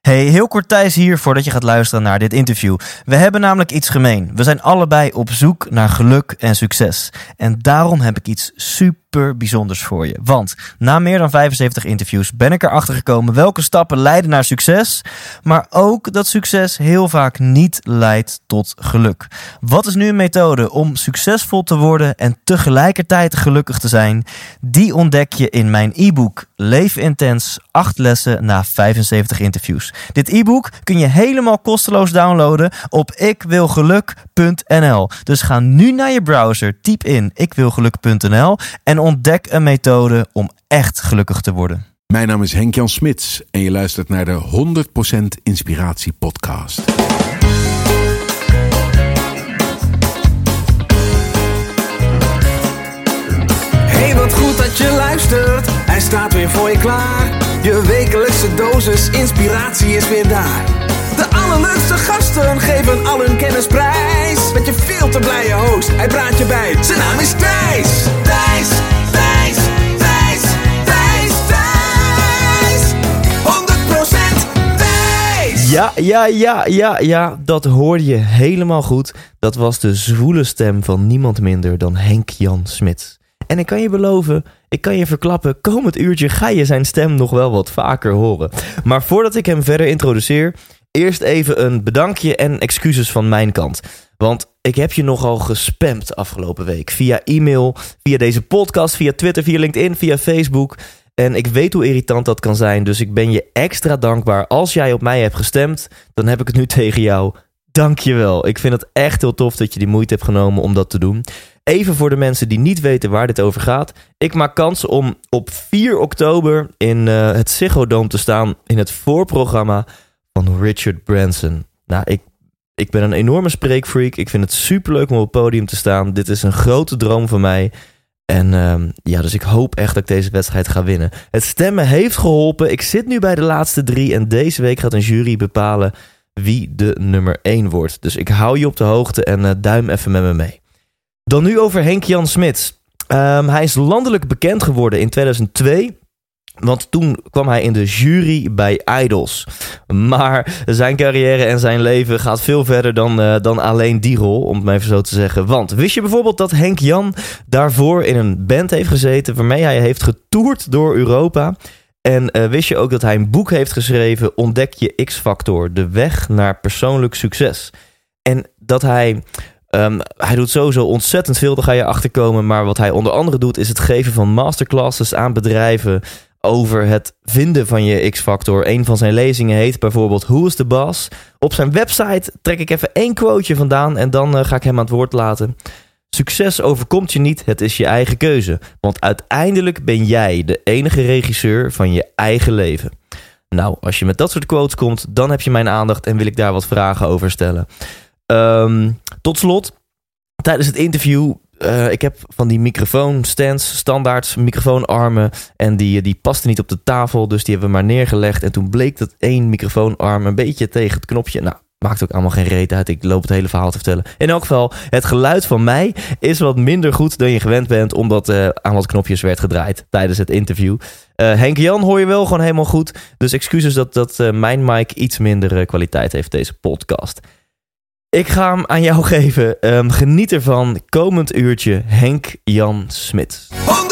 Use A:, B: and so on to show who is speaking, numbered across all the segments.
A: Hey, heel kort Thijs hier voordat je gaat luisteren naar dit interview. We hebben namelijk iets gemeen. We zijn allebei op zoek naar geluk en succes. En daarom heb ik iets super bijzonders voor je. Want na meer dan 75 interviews ben ik erachter gekomen welke stappen leiden naar succes. Maar ook dat succes heel vaak niet leidt tot geluk. Wat is nu een methode om succesvol te worden en tegelijkertijd gelukkig te zijn? Die ontdek je in mijn e-book Leef Intens, 8 lessen na 75 interviews. Dit e-book kun je helemaal kosteloos downloaden op ikwilgeluk.nl. Dus ga nu naar je browser, typ in ikwilgeluk.nl en ontdek een methode om echt gelukkig te worden.
B: Mijn naam is Henk-Jan Smits en je luistert naar de 100% Inspiratie podcast.
C: Hey, wat goed dat je luistert. Hij staat weer voor je klaar. Je wekelijkse dosis inspiratie is weer daar. De allerleukste gasten geven al hun kennis prijs. Met je veel te blije host, hij praat je bij. Zijn naam is Thijs. Thijs, Thijs, Thijs, Thijs, Thijs. 100% Thijs.
A: Ja, dat hoorde je helemaal goed. Dat was de zwoele stem van niemand minder dan Henk-Jan Smits. En ik kan je beloven, ik kan je verklappen, komend uurtje ga je zijn stem nog wel wat vaker horen. Maar voordat ik hem verder introduceer, eerst even een bedankje en excuses van mijn kant. Want ik heb je nogal gespamd afgelopen week. Via e-mail, via deze podcast, via Twitter, via LinkedIn, via Facebook. En ik weet hoe irritant dat kan zijn, dus ik ben je extra dankbaar. Als jij op mij hebt gestemd, dan heb ik het nu tegen jou. Dank je wel. Ik vind het echt heel tof dat je die moeite hebt genomen om dat te doen. Even voor de mensen die niet weten waar dit over gaat. Ik maak kans om op 4 oktober in het Ziggo Dome te staan in het voorprogramma van Richard Branson. Nou, ik ben een enorme spreekfreak. Ik vind het superleuk om op het podium te staan. Dit is een grote droom van mij. En dus ik hoop echt dat ik deze wedstrijd ga winnen. Het stemmen heeft geholpen. Ik zit nu bij de laatste 3 en deze week gaat een jury bepalen wie de nummer 1 wordt. Dus ik hou je op de hoogte en duim even met me mee. Dan nu over Henk-Jan Smits. Hij is landelijk bekend geworden in 2002. Want toen kwam hij in de jury bij Idols. Maar zijn carrière en zijn leven gaat veel verder dan alleen die rol, om het maar even zo te zeggen. Want wist je bijvoorbeeld dat Henk-Jan daarvoor in een band heeft gezeten waarmee hij heeft getoerd door Europa? En wist je ook dat hij een boek heeft geschreven, Ontdek je X-factor, de weg naar persoonlijk succes. En dat hij doet sowieso ontzettend veel, daar ga je achterkomen. Maar wat hij onder andere doet, is het geven van masterclasses aan bedrijven over het vinden van je X-factor. Een van zijn lezingen heet bijvoorbeeld Who is the Boss? Op zijn website trek ik even 1 quoteje vandaan en dan ga ik hem aan het woord laten. Succes overkomt je niet, het is je eigen keuze. Want uiteindelijk ben jij de enige regisseur van je eigen leven. Nou, als je met dat soort quotes komt, dan heb je mijn aandacht en wil ik daar wat vragen over stellen. Tot slot, tijdens het interview, ik heb van die microfoonstands, standaard microfoonarmen, en die pasten niet op de tafel, dus die hebben we maar neergelegd. En toen bleek dat 1 microfoonarm een beetje tegen het knopje. Nou, maakt ook allemaal geen reet uit, ik loop het hele verhaal te vertellen. In elk geval, het geluid van mij is wat minder goed dan je gewend bent, omdat aan wat knopjes werd gedraaid tijdens het interview. Henk-Jan hoor je wel gewoon helemaal goed, dus excuses dat mijn mic iets minder kwaliteit heeft, deze podcast. Ik ga hem aan jou geven. Geniet ervan. Komend uurtje Henk-Jan Smits.
C: 100%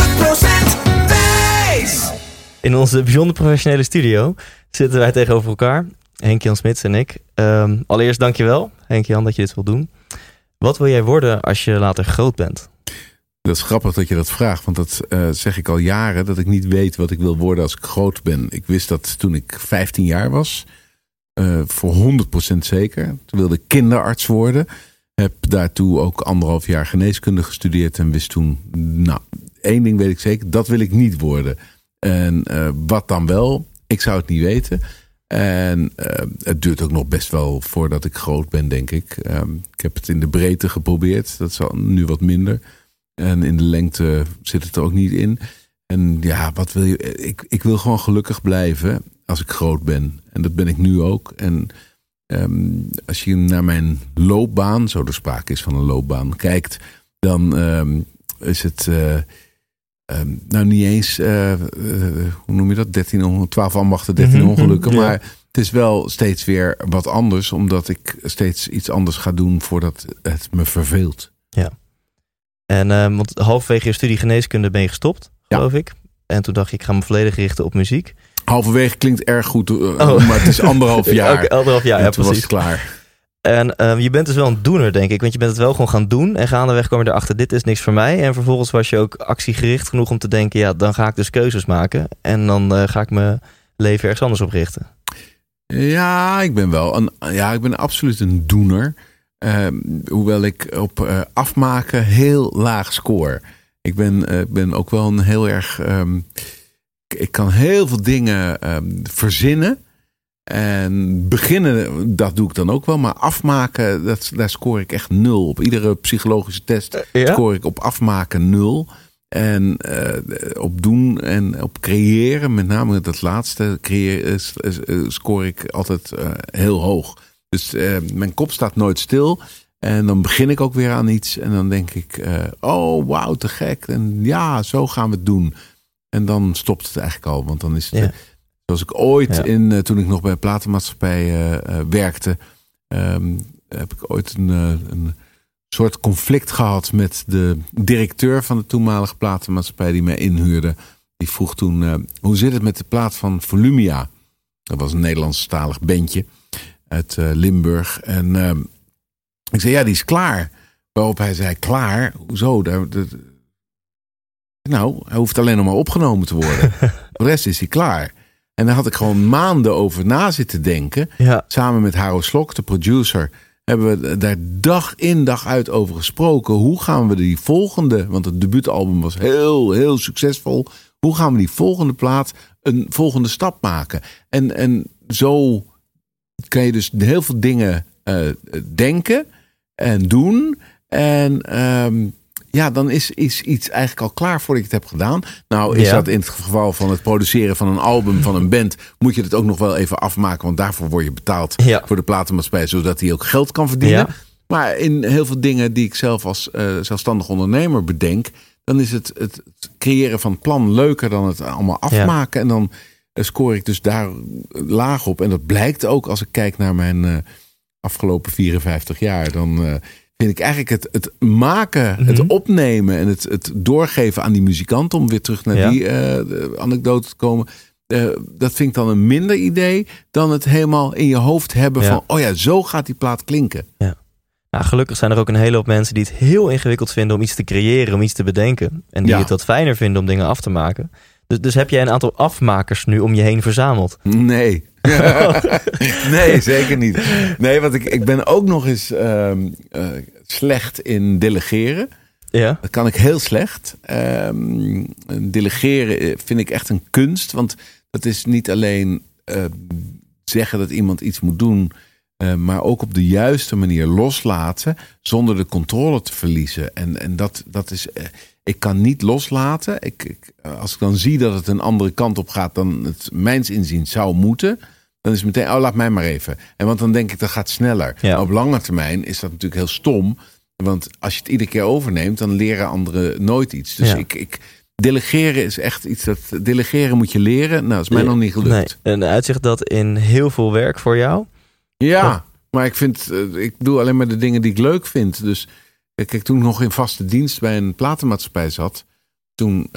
C: Thijs.
A: In onze bijzonder professionele studio zitten wij tegenover elkaar. Henk-Jan Smits en ik. Allereerst dankjewel, Henk-Jan, dat je dit wil doen. Wat wil jij worden als je later groot bent?
B: Dat is grappig dat je dat vraagt, want dat zeg ik al jaren, dat ik niet weet wat ik wil worden als ik groot ben. Ik wist dat toen ik 15 jaar was. Voor 100% zeker. Toen wilde ik kinderarts worden. Heb daartoe ook 1,5 jaar geneeskunde gestudeerd. En wist toen, 1 ding weet ik zeker. Dat wil ik niet worden. En wat dan wel? Ik zou het niet weten. En het duurt ook nog best wel voordat ik groot ben, denk ik. Ik heb het in de breedte geprobeerd. Dat is nu wat minder. En in de lengte zit het er ook niet in. En ja, wat wil je? Ik wil gewoon gelukkig blijven als ik groot ben. En dat ben ik nu ook. En als je naar mijn loopbaan, zo er sprake is van een loopbaan, kijkt, dan is het niet eens, hoe noem je dat? 12 ambachten, 13 ongelukken. Ja. Maar het is wel steeds weer wat anders. Omdat ik steeds iets anders ga doen voordat het me verveelt.
A: Ja. En want halverwege je studie geneeskunde ben je gestopt, geloof ik. En toen dacht je, ik ga me volledig richten op muziek.
B: Halverwege klinkt erg goed, maar het is 1,5 jaar.
A: Okay, 1,5 jaar, ja, precies.
B: Was het klaar.
A: En je bent dus wel een doener, denk ik. Want je bent het wel gewoon gaan doen. En gaandeweg kwam je erachter, dit is niks voor mij. En vervolgens was je ook actiegericht genoeg om te denken, ja, dan ga ik dus keuzes maken. En dan ga ik mijn leven ergens anders op richten.
B: Ja, ik ben absoluut een doener. Hoewel ik op afmaken heel laag score. Ik ben ook wel een heel erg... ik kan heel veel dingen verzinnen. En beginnen, dat doe ik dan ook wel. Maar afmaken, daar score ik echt 0. Op iedere psychologische test score ik op afmaken 0. En op doen en op creëren, met name dat laatste, score ik altijd heel hoog. Dus mijn kop staat nooit stil. En dan begin ik ook weer aan iets. En dan denk ik, oh wauw, te gek. En ja, zo gaan we het doen. En dan stopt het eigenlijk al. Want dan is het, zoals ik ooit toen ik nog bij een platenmaatschappij werkte, heb ik ooit een soort conflict gehad met de directeur van de toenmalige platenmaatschappij die mij inhuurde. Die vroeg toen, hoe zit het met de plaat van Volumia? Dat was een Nederlandstalig bandje uit Limburg. En ik zei, ja, die is klaar. Waarop hij zei, klaar? Hoezo? Nou, hij hoeft alleen nog maar opgenomen te worden. Voor de rest is hij klaar. En daar had ik gewoon maanden over na zitten denken. Ja. Samen met Haro Slok, de producer, hebben we daar dag in dag uit over gesproken. Hoe gaan we die volgende, want het debuutalbum was heel, heel succesvol. Hoe gaan we die volgende plaat een volgende stap maken? En zo kan je dus heel veel dingen denken en doen. En dan is iets eigenlijk al klaar voordat je het hebt gedaan. Nou is dat in het geval van het produceren van een album van een band, moet je het ook nog wel even afmaken. Want daarvoor word je betaald voor de platenmaatschappij, zodat hij ook geld kan verdienen. Ja. Maar in heel veel dingen die ik zelf als zelfstandig ondernemer bedenk, dan is het creëren van het plan leuker dan het allemaal afmaken. Ja. En dan score ik dus daar laag op. En dat blijkt ook als ik kijk naar mijn afgelopen 54 jaar. Dan vind ik eigenlijk het maken, het opnemen en het doorgeven aan die muzikant, om weer terug naar die anekdote te komen. Dat vind ik dan een minder idee dan het helemaal in je hoofd hebben van, oh ja, zo gaat die plaat klinken. Ja.
A: Nou, gelukkig zijn er ook een hele hoop mensen die het heel ingewikkeld vinden om iets te creëren, om iets te bedenken. En die het wat fijner vinden om dingen af te maken. Dus heb jij een aantal afmakers nu om je heen verzameld?
B: Nee. Nee, zeker niet. Nee, want ik ben ook nog eens slecht in delegeren. Ja. Dat kan ik heel slecht. Delegeren vind ik echt een kunst. Want dat is niet alleen zeggen dat iemand iets moet doen, maar ook op de juiste manier loslaten zonder de controle te verliezen. En dat is... Ik kan niet loslaten. Als ik dan zie dat het een andere kant op gaat dan het mijns inziens zou moeten, dan is het meteen, laat mij maar even. En want dan denk ik, dat gaat sneller. Ja. Maar op lange termijn is dat natuurlijk heel stom. Want als je het iedere keer overneemt, dan leren anderen nooit iets. Dus delegeren is echt iets delegeren moet je leren. Nou, dat is mij nog niet gelukt.
A: Nee. En uitzicht dat in heel veel werk voor jou?
B: Ja, maar ik doe alleen maar de dingen die ik leuk vind. Dus kijk, toen ik nog in vaste dienst bij een platenmaatschappij zat, toen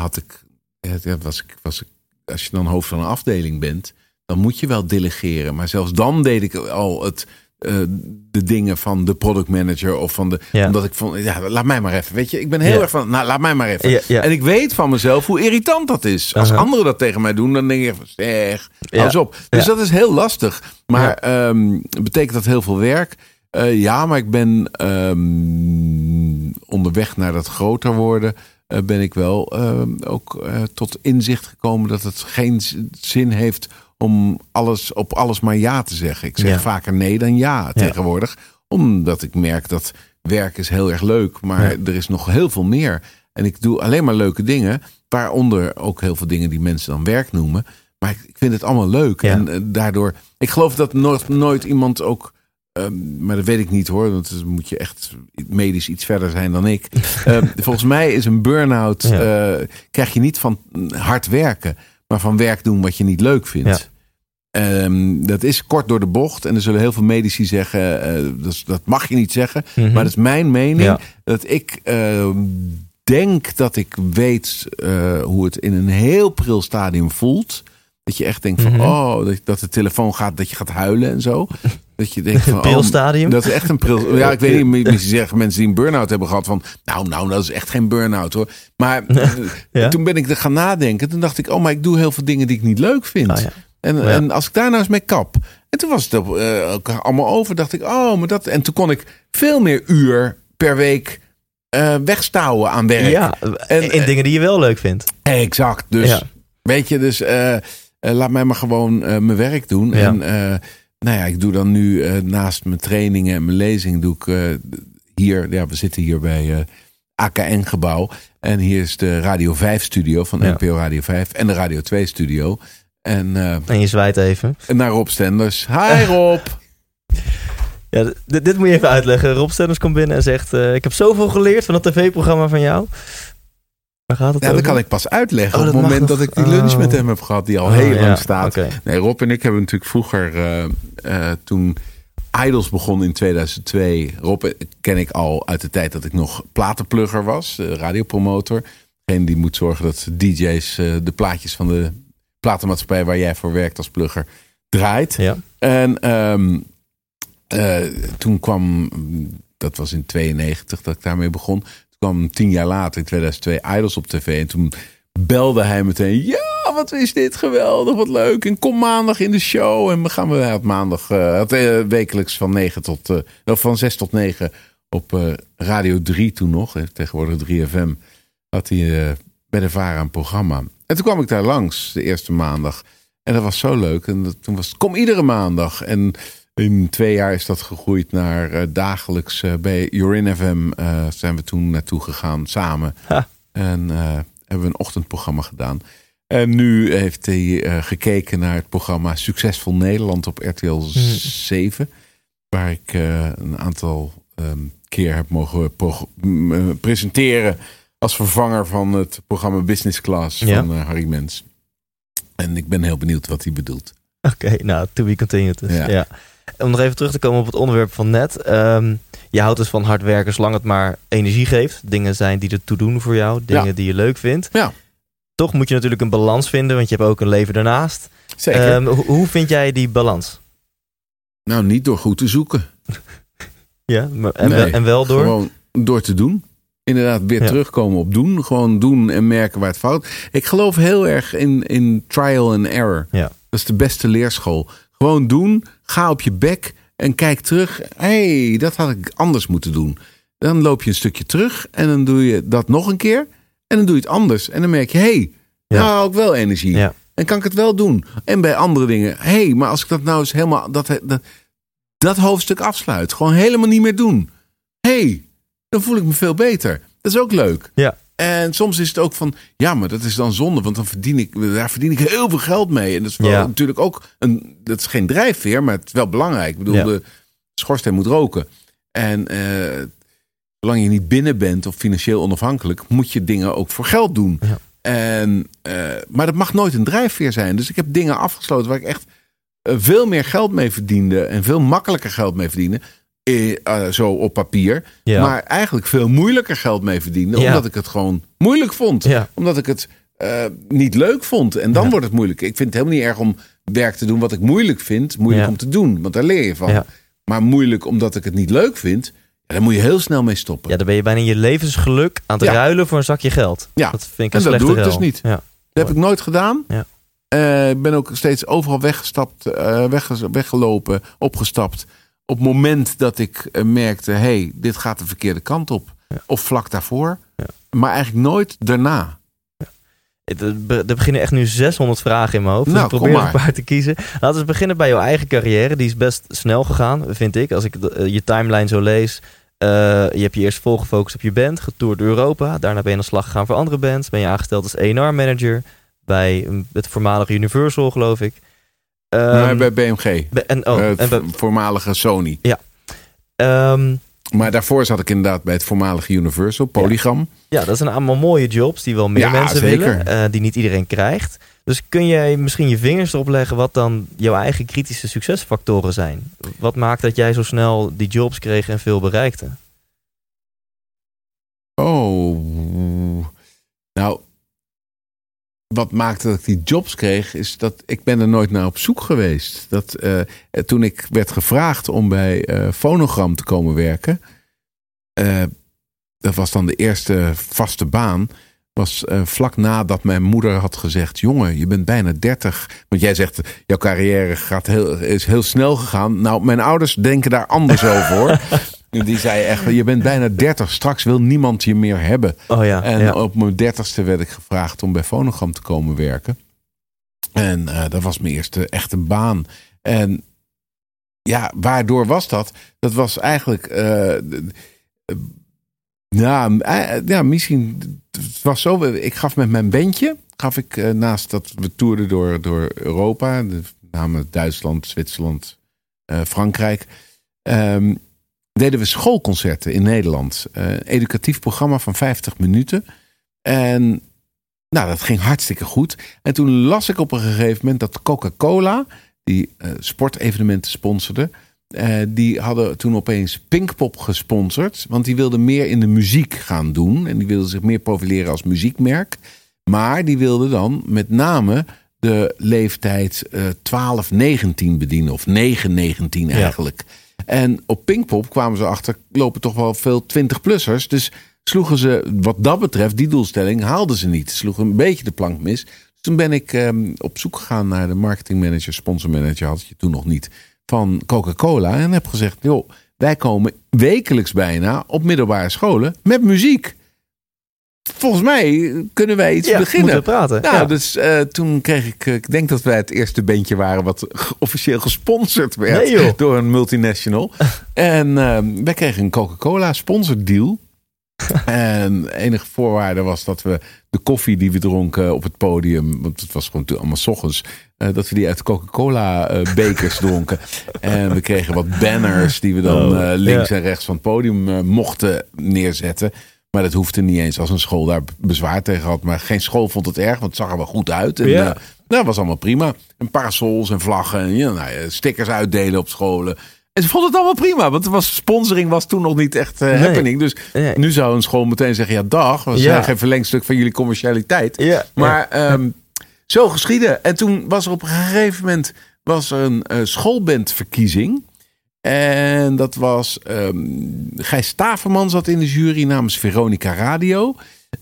B: was ik, als je dan hoofd van een afdeling bent, dan moet je wel delegeren. Maar zelfs dan deed ik al de dingen van de product manager of van de, omdat ik vond, laat mij maar even, weet je, ik ben heel erg van, laat mij maar even. Ja. En ik weet van mezelf hoe irritant dat is. Als anderen dat tegen mij doen, dan denk ik even, hou eens op. Dus dat is heel lastig. Maar betekent dat heel veel werk? Maar ik ben onderweg naar dat groter worden, ben ik wel ook tot inzicht gekomen dat het geen zin heeft om op alles maar ja te zeggen. Ik zeg vaker nee dan ja tegenwoordig. Omdat ik merk dat werk is heel erg leuk, maar er is nog heel veel meer. En ik doe alleen maar leuke dingen, waaronder ook heel veel dingen die mensen dan werk noemen. Maar ik vind het allemaal leuk. Ja. En daardoor, ik geloof dat nooit iemand ook maar dat weet ik niet hoor. Want dan moet je echt medisch iets verder zijn dan ik. Volgens mij is een burn-out... krijg je niet van hard werken. Maar van werk doen wat je niet leuk vindt. Ja. Dat is kort door de bocht. En er zullen heel veel medici zeggen... dat mag je niet zeggen. Mm-hmm. Maar dat is mijn mening. Ja. Dat ik denk dat ik weet... hoe het in een heel pril stadium voelt... Dat je echt denkt van, dat de telefoon gaat, dat je gaat huilen en zo. Dat je denkt van,
A: prilstadium?
B: Dat is echt een pril. Ja, ik weet niet, misschien zeggen mensen die een burn-out hebben gehad van, nou, dat is echt geen burn-out hoor. Maar toen ben ik er gaan nadenken. Toen dacht ik, maar ik doe heel veel dingen die ik niet leuk vind. Oh, ja. En als ik daar nou eens mee kap. En toen was het ook allemaal over. Dacht ik, maar dat. En toen kon ik veel meer uur per week wegstouwen aan werk. Ja,
A: in dingen die je wel leuk vindt.
B: Exact. Dus, weet je, dus... laat mij maar gewoon mijn werk doen. Ja. En ik doe dan nu naast mijn trainingen en mijn lezing doe ik hier. Ja, we zitten hier bij AKN-gebouw. En hier is de Radio 5 studio van NPO Radio 5 en de Radio 2 studio. En
A: je zwaait even.
B: Naar Rob Stenders. Hi Rob!
A: Ja, dit moet je even uitleggen. Rob Stenders komt binnen en zegt... ik heb zoveel geleerd van dat tv-programma van jou. Waar gaat het over?
B: Dat kan ik pas uitleggen op het moment dat ik die lunch met hem heb gehad, die al heel lang staat. Okay. Nee, Rob en ik hebben natuurlijk vroeger, toen Idols begon in 2002. Rob ken ik al uit de tijd dat ik nog platenplugger was, radiopromotor. Degene die moet zorgen dat DJ's de plaatjes van de platenmaatschappij waar jij voor werkt als plugger draait. Ja. En toen kwam, dat was in 92 dat ik daarmee begon. Kwam 10 jaar later, in 2002, Idols op tv. En toen belde hij meteen... Ja, wat is dit geweldig, wat leuk. En kom maandag in de show. En hij had maandag... wekelijks van 6 tot 9 op Radio 3 toen nog. Tegenwoordig 3FM. Had hij bij de VARA een programma. En toen kwam ik daar langs, de eerste maandag. En dat was zo leuk. En toen was het, kom iedere maandag. En... In 2 jaar is dat gegroeid naar dagelijks. Bij Jorin FM zijn we toen naartoe gegaan samen. Ha. En hebben we een ochtendprogramma gedaan. En nu heeft hij gekeken naar het programma Succesvol Nederland op RTL 7. Waar ik een aantal keer heb mogen presenteren als vervanger van het programma Business Class van Harry Mens. En ik ben heel benieuwd wat hij bedoelt.
A: Oké, nou, to be continued. Dus. Ja. Om nog even terug te komen op het onderwerp van net. Je houdt dus van hard werken zolang het maar energie geeft. Dingen zijn die ertoe doen voor jou. Dingen die je leuk vindt. Ja. Toch moet je natuurlijk een balans vinden. Want je hebt ook een leven daarnaast.
B: Zeker.
A: Hoe vind jij die balans?
B: Nou, niet door goed te zoeken.
A: Ja, en wel door?
B: Gewoon door te doen. Inderdaad, weer terugkomen op doen. Gewoon doen en merken waar het fout. Ik geloof heel erg in trial and error. Ja. Dat is de beste leerschool. Gewoon doen, ga op je bek en kijk terug. Hé, dat had ik anders moeten doen. Dan loop je een stukje terug en dan doe je dat nog een keer. En dan doe je het anders. En dan merk je, nou hou ik wel energie. Ja. En kan ik het wel doen. En bij andere dingen, maar als ik dat nou eens helemaal... Dat hoofdstuk afsluit. Gewoon helemaal niet meer doen. Dan voel ik me veel beter. Dat is ook leuk. Ja. En soms is het ook van, maar dat is dan zonde, want dan daar verdien ik heel veel geld mee. En dat is wel natuurlijk ook dat is geen drijfveer, maar het is wel belangrijk. Ik bedoel, de schoorsteen moet roken. En zolang je niet binnen bent of financieel onafhankelijk, moet je dingen ook voor geld doen. Ja. Maar dat mag nooit een drijfveer zijn. Dus ik heb dingen afgesloten waar ik echt veel meer geld mee verdiende en veel makkelijker geld mee verdiende. Zo op papier. Ja. Maar eigenlijk veel moeilijker geld mee verdiende. Omdat ik het gewoon moeilijk vond. Ja. Omdat ik het niet leuk vond. En dan wordt het moeilijk. Ik vind het helemaal niet erg om werk te doen wat ik moeilijk vind. Moeilijk om te doen. Want daar leer je van. Ja. Maar moeilijk omdat ik het niet leuk vind. Daar moet je heel snel mee stoppen.
A: Ja, dan ben je bijna je levensgeluk aan het ruilen voor een zakje geld. Ja. Dat vind ik een slechte
B: dat doe ik dus niet. Ja. Dat heb ik nooit gedaan. Ja. Ik ben ook steeds overal weggestapt. Weggelopen. Opgestapt. Op het moment dat ik merkte, dit gaat de verkeerde kant op. Ja. Of vlak daarvoor. Ja. Maar eigenlijk nooit daarna. Ja.
A: Er beginnen echt nu 600 vragen in mijn hoofd. Dus ik probeer een paar te kiezen. Laten we beginnen bij jouw eigen carrière. Die is best snel gegaan, vind ik. Als ik je timeline zo lees. Je hebt je eerst vol gefocust op je band. Getoerd door Europa. Daarna ben je aan de slag gegaan voor andere bands. Ben je aangesteld als A&R manager. Bij het voormalige Universal, geloof ik.
B: Maar bij BMG.
A: Bij
B: voormalige Sony.
A: Ja.
B: Maar daarvoor zat ik inderdaad bij het voormalige Universal, Polygram.
A: Ja, dat zijn allemaal mooie jobs die wel meer mensen willen. Die niet iedereen krijgt. Dus kun jij misschien je vingers erop leggen wat dan jouw eigen kritische succesfactoren zijn? Wat maakt dat jij zo snel die jobs kreeg en veel bereikte?
B: Nou, wat maakte dat ik die jobs kreeg, is dat ik ben er nooit naar op zoek geweest. Toen ik werd gevraagd om bij Phonogram te komen werken, dat was dan de eerste vaste baan, was vlak nadat mijn moeder had gezegd, jongen, je bent bijna 30. Want jij zegt, jouw carrière is heel snel gegaan. Nou, mijn ouders denken daar anders over, hoor. Die zei echt, je bent bijna 30. Straks wil niemand je meer hebben.
A: Oh ja,
B: en op mijn 30ste werd ik gevraagd om bij Phonogram te komen werken. En dat was mijn eerste echte baan. En ja, waardoor was dat? Dat was eigenlijk... misschien... Het was zo, ik gaf met mijn bandje... naast dat we toerden door Europa... met name Duitsland, Zwitserland, Frankrijk... deden we schoolconcerten in Nederland. Een educatief programma van 50 minuten. En nou, dat ging hartstikke goed. En toen las ik op een gegeven moment dat Coca-Cola... die sportevenementen sponsorde... die hadden toen opeens Pinkpop gesponsord. Want die wilden meer in de muziek gaan doen. En die wilden zich meer profileren als muziekmerk. Maar die wilden dan met name de leeftijd 12-19 bedienen. Of 9-19 eigenlijk. Ja. En op Pinkpop kwamen ze achter, lopen toch wel veel 20-plussers. Dus sloegen ze, wat dat betreft, die doelstelling haalden ze niet. Sloegen een beetje de plank mis. Dus toen ben ik op zoek gegaan naar de marketingmanager, sponsormanager, had je toen nog niet, van Coca-Cola. En heb gezegd, joh, wij komen wekelijks bijna op middelbare scholen met muziek. Volgens mij kunnen wij iets beginnen.
A: Moeten we praten.
B: Nou, dus toen kreeg ik denk dat wij het eerste bandje waren wat officieel gesponsord werd door een multinational. En wij kregen een Coca-Cola sponsordeal. En de enige voorwaarde was dat we de koffie die we dronken op het podium, want het was gewoon allemaal 's ochtends, dat we die uit Coca-Cola bekers dronken. En we kregen wat banners die we dan links en rechts van het podium mochten neerzetten. Maar dat hoefde niet eens als een school daar bezwaar tegen had. Maar geen school vond het erg, want het zag er wel goed uit. En dat was allemaal prima. En parasols en vlaggen en stickers uitdelen op scholen. En ze vonden het allemaal prima, want sponsoring was toen nog niet echt happening. Dus nu zou een school meteen zeggen, ja dag, we zijn geen verlengstuk van jullie commercialiteit. Ja, maar zo geschiedde. En toen was er op een gegeven moment een schoolbandverkiezing. En dat was Gijs Staverman zat in de jury namens Veronica Radio.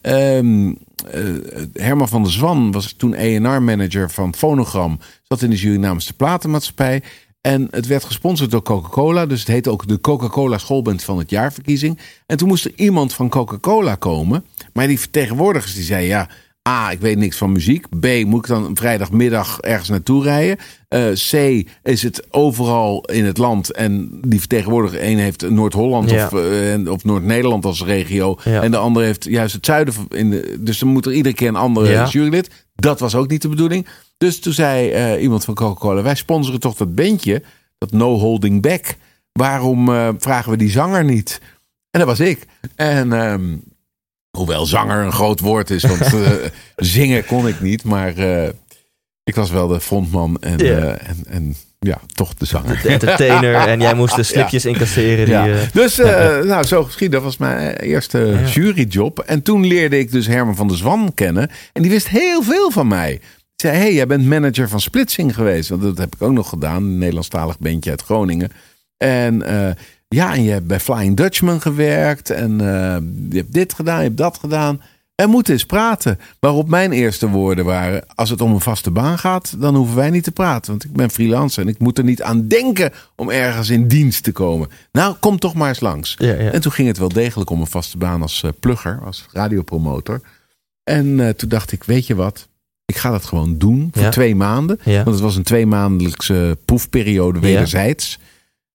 B: Herman van der Zwan was toen A&R-manager van Phonogram. Zat in de jury namens de platenmaatschappij. En het werd gesponsord door Coca-Cola. Dus het heette ook de Coca-Cola Schoolband van het jaarverkiezing. En toen moest er iemand van Coca-Cola komen. Maar die vertegenwoordigers die zeiden, ja, A, ik weet niks van muziek. B, moet ik dan vrijdagmiddag ergens naartoe rijden? C, is het overal in het land. En die vertegenwoordiger, een heeft Noord-Holland of Noord-Nederland als regio. Ja. En de andere heeft juist het zuiden. Dus dan moet er iedere keer een andere jurylid. Dat was ook niet de bedoeling. Dus toen zei iemand van Coca-Cola, wij sponsoren toch dat bandje, dat No Holding Back. Waarom vragen we die zanger niet? En dat was ik. En hoewel zanger een groot woord is, want zingen kon ik niet. Maar ik was wel de frontman en toch de zanger.
A: De entertainer en jij moest de slipjes incasseren.
B: Dus zo geschiedde. Dat was mijn eerste juryjob. En toen leerde ik dus Herman van der Zwan kennen. En die wist heel veel van mij. Ik zei, hey, jij bent manager van Splitsing geweest. Want dat heb ik ook nog gedaan. Een Nederlandstalig bandje uit Groningen. En en je hebt bij Flying Dutchman gewerkt. En je hebt dit gedaan, je hebt dat gedaan. We moeten eens praten. Waarop mijn eerste woorden waren, als het om een vaste baan gaat, dan hoeven wij niet te praten. Want ik ben freelancer en ik moet er niet aan denken om ergens in dienst te komen. Nou, kom toch maar eens langs. Ja. En toen ging het wel degelijk om een vaste baan als plugger, als radiopromotor. En toen dacht ik, weet je wat? Ik ga dat gewoon doen voor 2 maanden. Ja. Want het was een 2-maandelijkse proefperiode wederzijds.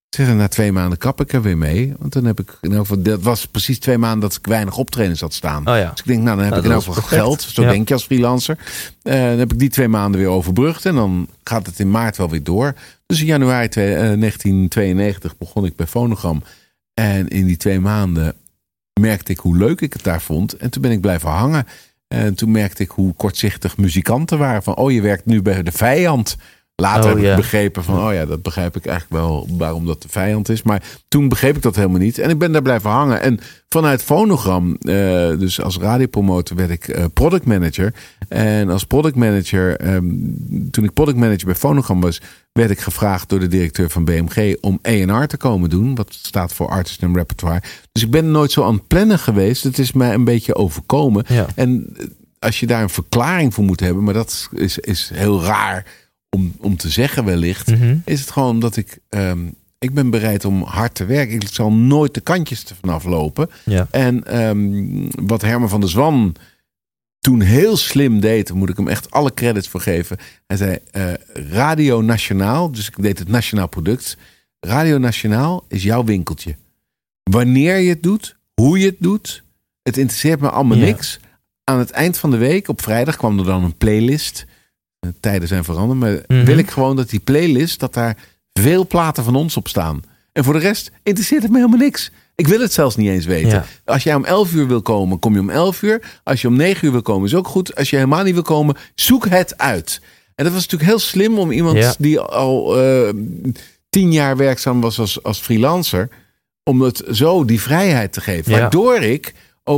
B: Zeggen, na 2 maanden kap ik er weer mee. Want dan heb ik, dat was precies 2 maanden dat ik weinig optredens had staan.
A: Oh ja.
B: Dus ik denk, dan heb ik in elk geval geld. Zo denk je als freelancer. Dan heb ik die 2 maanden weer overbrugd. En dan gaat het in maart wel weer door. Dus in januari 1992 begon ik bij Phonogram. En in die 2 maanden merkte ik hoe leuk ik het daar vond. En toen ben ik blijven hangen. En toen merkte ik hoe kortzichtig muzikanten waren. Van, je werkt nu bij de vijand. Later heb ik begrepen van, dat begrijp ik eigenlijk wel waarom dat de vijand is. Maar toen begreep ik dat helemaal niet. En ik ben daar blijven hangen. En vanuit Phonogram, dus als radiopromotor, werd ik product manager. En als product manager, toen ik product manager bij Phonogram was, werd ik gevraagd door de directeur van BMG om A&R te komen doen. Wat staat voor Artist and Repertoire. Dus ik ben nooit zo aan het plannen geweest. Het is mij een beetje overkomen. Ja. En als je daar een verklaring voor moet hebben, maar dat is heel raar om te zeggen wellicht, is het gewoon dat ik ben bereid om hard te werken. Ik zal nooit de kantjes er vanaf lopen. Ja. En wat Herman van der Zwan toen heel slim deed, moet ik hem echt alle credits voor geven. Hij zei, Radio Nationaal, dus ik deed het nationaal product. Radio Nationaal is jouw winkeltje. Wanneer je het doet, hoe je het doet, het interesseert me allemaal niks. Aan het eind van de week, op vrijdag, kwam er dan een playlist. Tijden zijn veranderd, maar wil ik gewoon dat die playlist, dat daar veel platen van ons op staan. En voor de rest interesseert het me helemaal niks. Ik wil het zelfs niet eens weten. Ja. Als jij om 11 uur wil komen, kom je om 11 uur. Als je om 9 uur wil komen, is ook goed. Als je helemaal niet wil komen, zoek het uit. En dat was natuurlijk heel slim om iemand die al 10 jaar werkzaam was als freelancer, om het zo die vrijheid te geven. Ja. Waardoor ik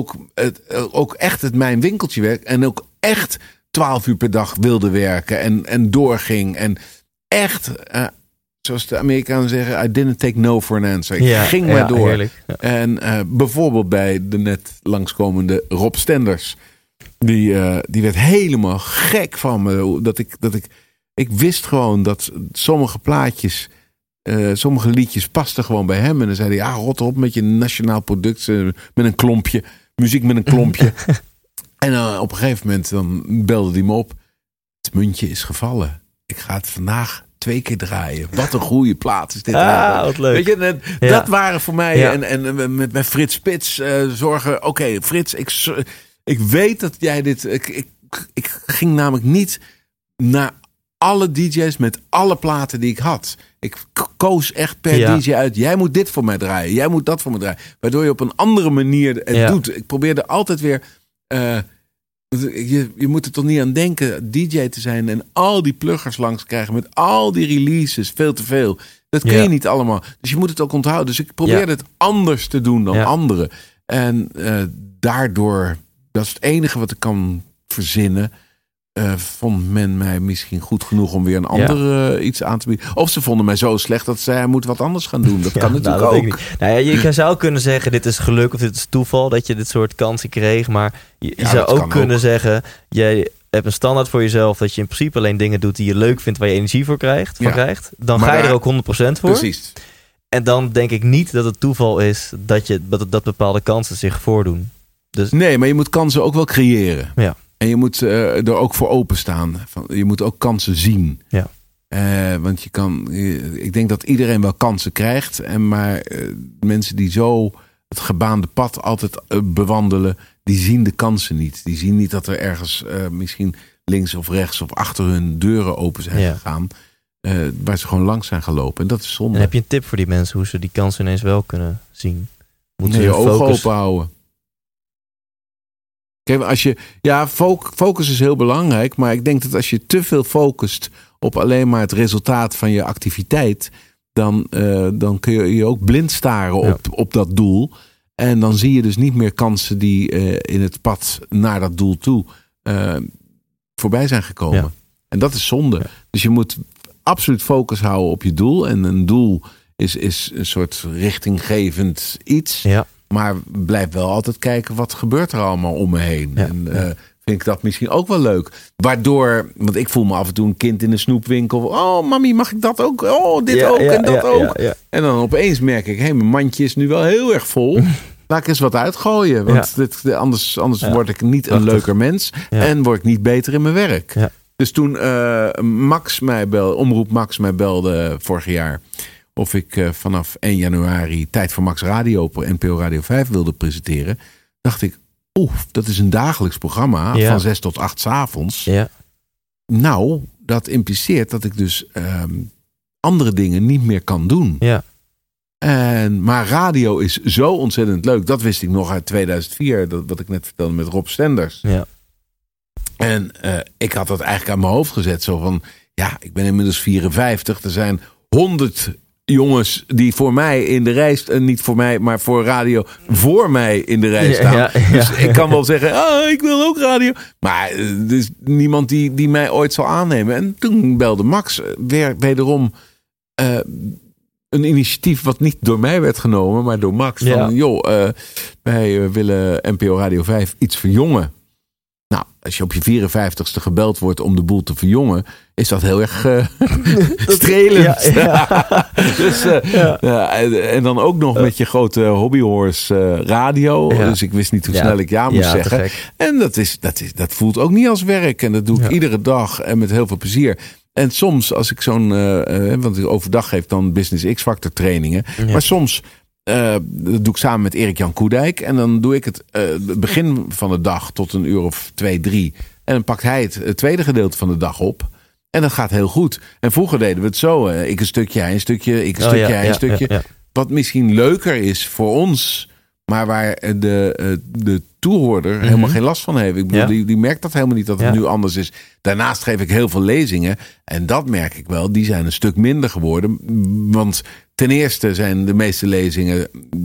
B: ook echt het mijn winkeltje werk en ook echt 12 uur per dag wilde werken en doorging. En echt, zoals de Amerikanen zeggen, I didn't take no for an answer. Ik ging maar door. Heerlijk. Ja. En bijvoorbeeld bij de net langskomende Rob Stenders. Die werd helemaal gek van me. Dat ik wist gewoon dat sommige plaatjes, sommige liedjes pasten gewoon bij hem. En dan zei hij, rot op met je nationaal product met een klompje. Muziek met een klompje. En op een gegeven moment dan belde hij me op. Het muntje is gevallen. Ik ga het vandaag 2 keer draaien. Wat een goede plaat is dit.
A: Wat leuk.
B: Weet je, dat waren voor mij. Ja. En met Frits Spits zorgen. Oké, Frits, ik weet dat jij dit. Ik ging namelijk niet naar alle DJ's met alle platen die ik had. Ik koos echt per DJ uit. Jij moet dit voor mij draaien. Jij moet dat voor me draaien. Waardoor je op een andere manier het doet. Ik probeerde altijd weer. Je moet er toch niet aan denken DJ te zijn en al die pluggers langs krijgen met al die releases, veel te veel. Dat kun je niet allemaal. Dus je moet het ook onthouden. Dus ik probeerde het anders te doen dan anderen. En daardoor, dat is het enige wat ik kan verzinnen, vond men mij misschien goed genoeg om weer een andere iets aan te bieden. Of ze vonden mij zo slecht dat ze moet wat anders gaan doen. Dat kan natuurlijk ook.
A: Je zou kunnen zeggen, dit is geluk of dit is toeval dat je dit soort kansen kreeg. Maar je zou ook kunnen zeggen, jij hebt een standaard voor jezelf dat je in principe alleen dingen doet die je leuk vindt, waar je energie voor krijgt. Dan ga je er ook 100% voor.
B: Precies.
A: En dan denk ik niet dat het toeval is dat bepaalde kansen zich voordoen. Dus,
B: nee, maar je moet kansen ook wel creëren.
A: Ja.
B: En je moet er ook voor openstaan. Je moet ook kansen zien.
A: Ja.
B: Want ik denk dat iedereen wel kansen krijgt. Maar mensen die zo het gebaande pad altijd bewandelen, die zien de kansen niet. Die zien niet dat er ergens misschien links of rechts of achter hun deuren open zijn gegaan. Waar ze gewoon langs zijn gelopen. En dat is zonde.
A: En heb je een tip voor die mensen hoe ze die kansen ineens wel kunnen zien?
B: Moeten ze je ogen open houden. Kijk, focus is heel belangrijk. Maar ik denk dat als je te veel focust op alleen maar het resultaat van je activiteit, dan kun je je ook blind staren op dat doel. En dan zie je dus niet meer kansen die in het pad naar dat doel toe voorbij zijn gekomen. Ja. En dat is zonde. Ja. Dus je moet absoluut focus houden op je doel. En een doel is een soort richtinggevend iets. Ja. Maar blijf wel altijd kijken wat gebeurt er allemaal om me heen. Ja. En vind ik dat misschien ook wel leuk. Waardoor, want ik voel me af en toe een kind in een snoepwinkel. Oh, mami, mag ik dat ook? Oh, dit ook en dat ook. Ja. En dan opeens merk ik, mijn mandje is nu wel heel erg vol. Laat ik eens wat uitgooien. Want anders word ik niet een leuker mens. Ja. En word ik niet beter in mijn werk. Ja. Dus toen Omroep Max mij belde vorig jaar of ik vanaf 1 januari Tijd voor Max Radio op NPO Radio 5 wilde presenteren. Dacht ik, dat is een dagelijks programma van 6 tot 8 's avonds.
A: Ja.
B: Nou, dat impliceert dat ik dus andere dingen niet meer kan doen.
A: Ja.
B: Maar radio is zo ontzettend leuk. Dat wist ik nog uit 2004, wat ik net vertelde met Rob Stenders.
A: Ja.
B: En ik had dat eigenlijk aan mijn hoofd gezet. Zo van, ik ben inmiddels 54. Er zijn 100 jongens die voor mij in de rij staan. Niet voor mij, maar voor radio voor mij in de rij staan. Ja. Dus ik kan wel zeggen, ik wil ook radio. Maar er is niemand die mij ooit zal aannemen. En toen belde Max wederom een initiatief wat niet door mij werd genomen, maar door Max. Van, wij willen NPO Radio 5 iets verjongen. Nou, als je op je 54ste gebeld wordt om de boel te verjongen, is dat heel erg strelend. Dus, en dan ook nog met je grote hobbyhorse radio. Ja. Dus ik wist niet hoe snel ik moest zeggen. En dat voelt ook niet als werk. En dat doe ik iedere dag en met heel veel plezier. En soms als ik want ik overdag geef dan Business X-Factor trainingen. Ja. Maar soms dat doe ik samen met Erik-Jan Koedijk. En dan doe ik het begin van de dag tot 1 uur of 2, 3. En dan pakt hij het tweede gedeelte van de dag op. En dat gaat heel goed. En vroeger deden we het zo. Ik een stukje, hij een stukje, ik een stukje, hij een stukje. Ja. Wat misschien leuker is voor ons, maar waar de toehoorder helemaal geen last van heeft. Ik bedoel, die merkt dat helemaal niet dat het nu anders is. Daarnaast geef ik heel veel lezingen. En dat merk ik wel. Die zijn een stuk minder geworden. Want ten eerste zijn de meeste lezingen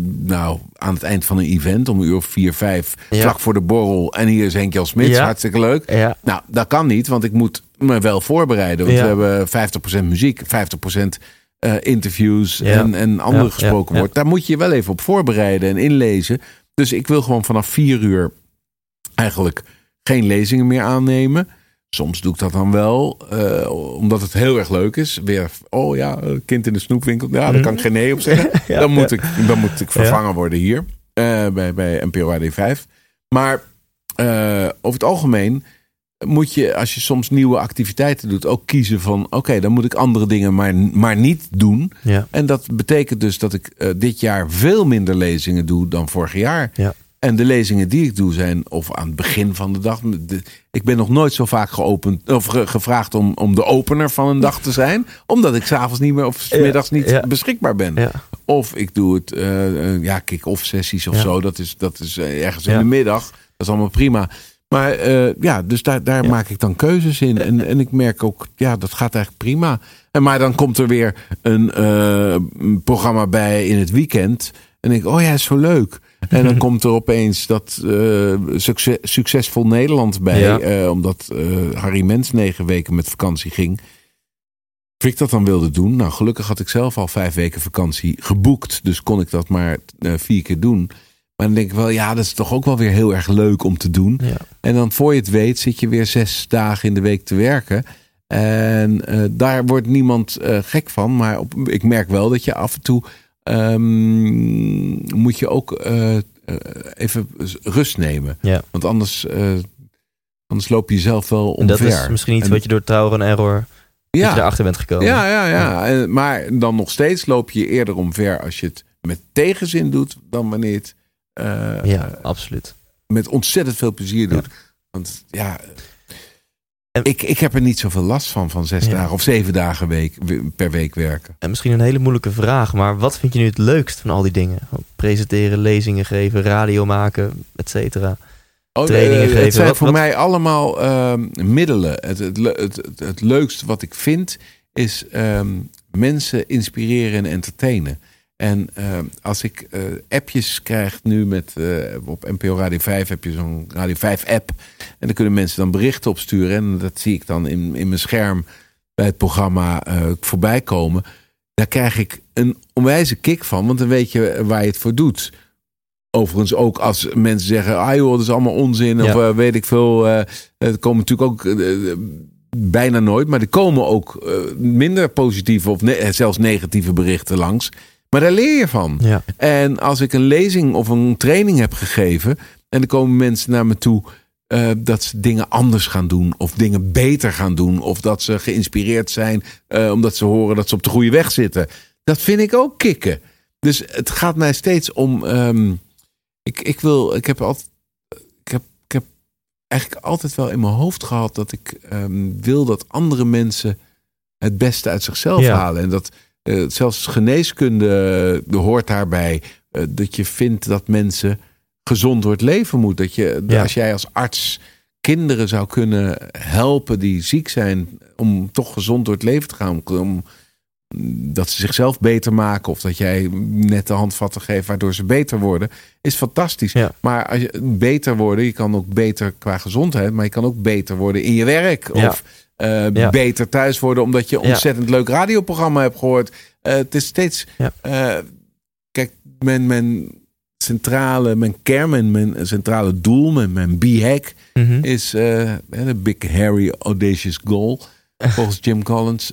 B: aan het eind van een event. Om 1 uur of 4, 5. Vlak voor de borrel. En hier is Henk-Jan Smits. Hartstikke leuk. Ja. Nou, dat kan niet. Want ik moet me wel voorbereiden. Want we hebben 50% muziek. 50% interviews en andere gesproken wordt. Daar moet je wel even op voorbereiden en inlezen. Dus ik wil gewoon vanaf 4 uur eigenlijk geen lezingen meer aannemen. Soms doe ik dat dan wel, omdat het heel erg leuk is. Weer, kind in de snoepwinkel. Ja, daar kan ik geen nee op zeggen. Dan moet ik vervangen worden hier bij NPO Radio 5. Maar over het algemeen moet je, als je soms nieuwe activiteiten doet, ook kiezen van dan moet ik andere dingen maar niet doen. Ja. En dat betekent dus dat ik dit jaar veel minder lezingen doe dan vorig jaar. Ja. En de lezingen die ik doe zijn of aan het begin van de dag. Ik ben nog nooit zo vaak gevraagd om de opener van een dag te zijn. Omdat ik 's avonds niet meer of 's middags niet beschikbaar ben. Ja. Of ik doe het kick-off sessies of zo. Dat is ergens in de middag. Dat is allemaal prima. Maar dus daar maak ik dan keuzes in. En ik merk ook, dat gaat eigenlijk prima. Maar dan komt er weer een programma bij in het weekend. En ik is zo leuk. En dan komt er opeens dat Succesvol Nederland bij. Ja. Omdat Harry Mens 9 weken met vakantie ging. Of ik dat dan wilde doen. Nou, gelukkig had ik zelf al 5 weken vakantie geboekt. Dus kon ik dat maar 4 keer doen. Maar dan denk ik wel, dat is toch ook wel weer heel erg leuk om te doen. Ja. En dan voor je het weet zit je weer 6 dagen in de week te werken. En daar wordt niemand gek van. Maar ik merk wel dat je af en toe moet je ook even rust nemen. Ja. Want anders loop je jezelf wel omver.
A: En dat is misschien iets wat je door trial and error dat je erachter bent gekomen.
B: Ja. Maar dan nog steeds loop je eerder omver als je het met tegenzin doet dan wanneer je het
A: absoluut.
B: Met ontzettend veel plezier doet. Want ik heb er niet zoveel last van 6 dagen of 7 dagen per week werken.
A: En misschien een hele moeilijke vraag, maar wat vind je nu het leukst van al die dingen? Presenteren, lezingen geven, radio maken, et cetera. Trainingen geven.
B: Het zijn voor mij allemaal middelen. Het leukste wat ik vind is mensen inspireren en entertainen. En als ik appjes krijg nu op NPO Radio 5 heb je zo'n Radio 5 app. En daar kunnen mensen dan berichten op sturen. En dat zie ik dan in mijn scherm bij het programma voorbij komen. Daar krijg ik een onwijze kick van. Want dan weet je waar je het voor doet. Overigens ook als mensen zeggen, dat is allemaal onzin. Ja. Of weet ik veel. Er komen natuurlijk ook bijna nooit. Maar er komen ook minder positieve of zelfs negatieve berichten langs. Maar daar leer je van. Ja. En als ik een lezing of een training heb gegeven en er komen mensen naar me toe dat ze dingen anders gaan doen of dingen beter gaan doen of dat ze geïnspireerd zijn omdat ze horen dat ze op de goede weg zitten. Dat vind ik ook kicken. Dus het gaat mij steeds om... Ik heb eigenlijk altijd wel in mijn hoofd gehad dat ik wil dat andere mensen het beste uit zichzelf halen. En dat zelfs geneeskunde hoort daarbij. Dat je vindt dat mensen gezond door het leven moeten. Dat je, als jij als arts kinderen zou kunnen helpen die ziek zijn om toch gezond door het leven te gaan. Dat ze zichzelf beter maken of dat jij net de handvatten geeft waardoor ze beter worden, is fantastisch. Ja. Maar als je beter worden, je kan ook beter qua gezondheid, maar je kan ook beter worden in je werk. Ja. Of beter thuis worden omdat je een ontzettend leuk radioprogramma hebt gehoord. Het is steeds... kijk, mijn centrale doel, mijn B-hack is de Big Hairy Audacious Goal, volgens Jim Collins,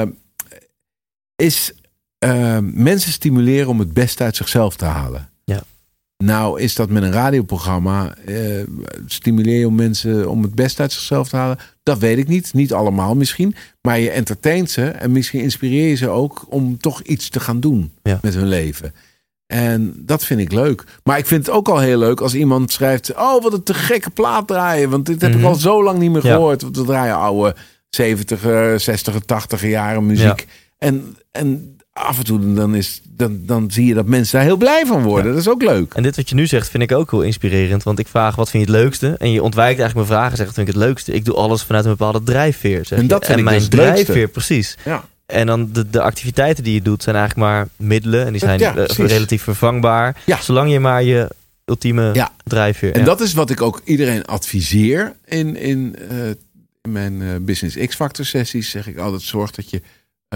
B: is mensen stimuleren om het beste uit zichzelf te halen. Ja. Nou is dat met een radioprogramma, stimuleer je om mensen om het beste uit zichzelf te halen? Dat weet ik niet. Niet allemaal misschien. Maar je entertaint ze en misschien inspireer je ze ook om toch iets te gaan doen met hun leven. En dat vind ik leuk. Maar ik vind het ook al heel leuk als iemand schrijft, oh wat een te gekke plaat draaien. Want dit heb ik al zo lang niet meer gehoord. Want we draaien oude 70er, 60er, 80er jaren muziek. Ja. En af en toe dan zie je dat mensen daar heel blij van worden. Ja. Dat is ook leuk.
A: En dit wat je nu zegt vind ik ook heel inspirerend. Want ik vraag, wat vind je het leukste? En je ontwijkt eigenlijk mijn vragen en zegt, wat vind ik het leukste? Ik doe alles vanuit een bepaalde drijfveer. Zeg
B: en dat vind ik
A: mijn
B: dus
A: drijfveer, precies.
B: Ja.
A: En dan de activiteiten die je doet zijn eigenlijk maar middelen. En die zijn relatief vervangbaar. Ja. Zolang je maar je ultieme drijfveer...
B: En dat is wat ik ook iedereen adviseer in mijn Business X-Factor sessies. Zeg ik altijd, zorg dat je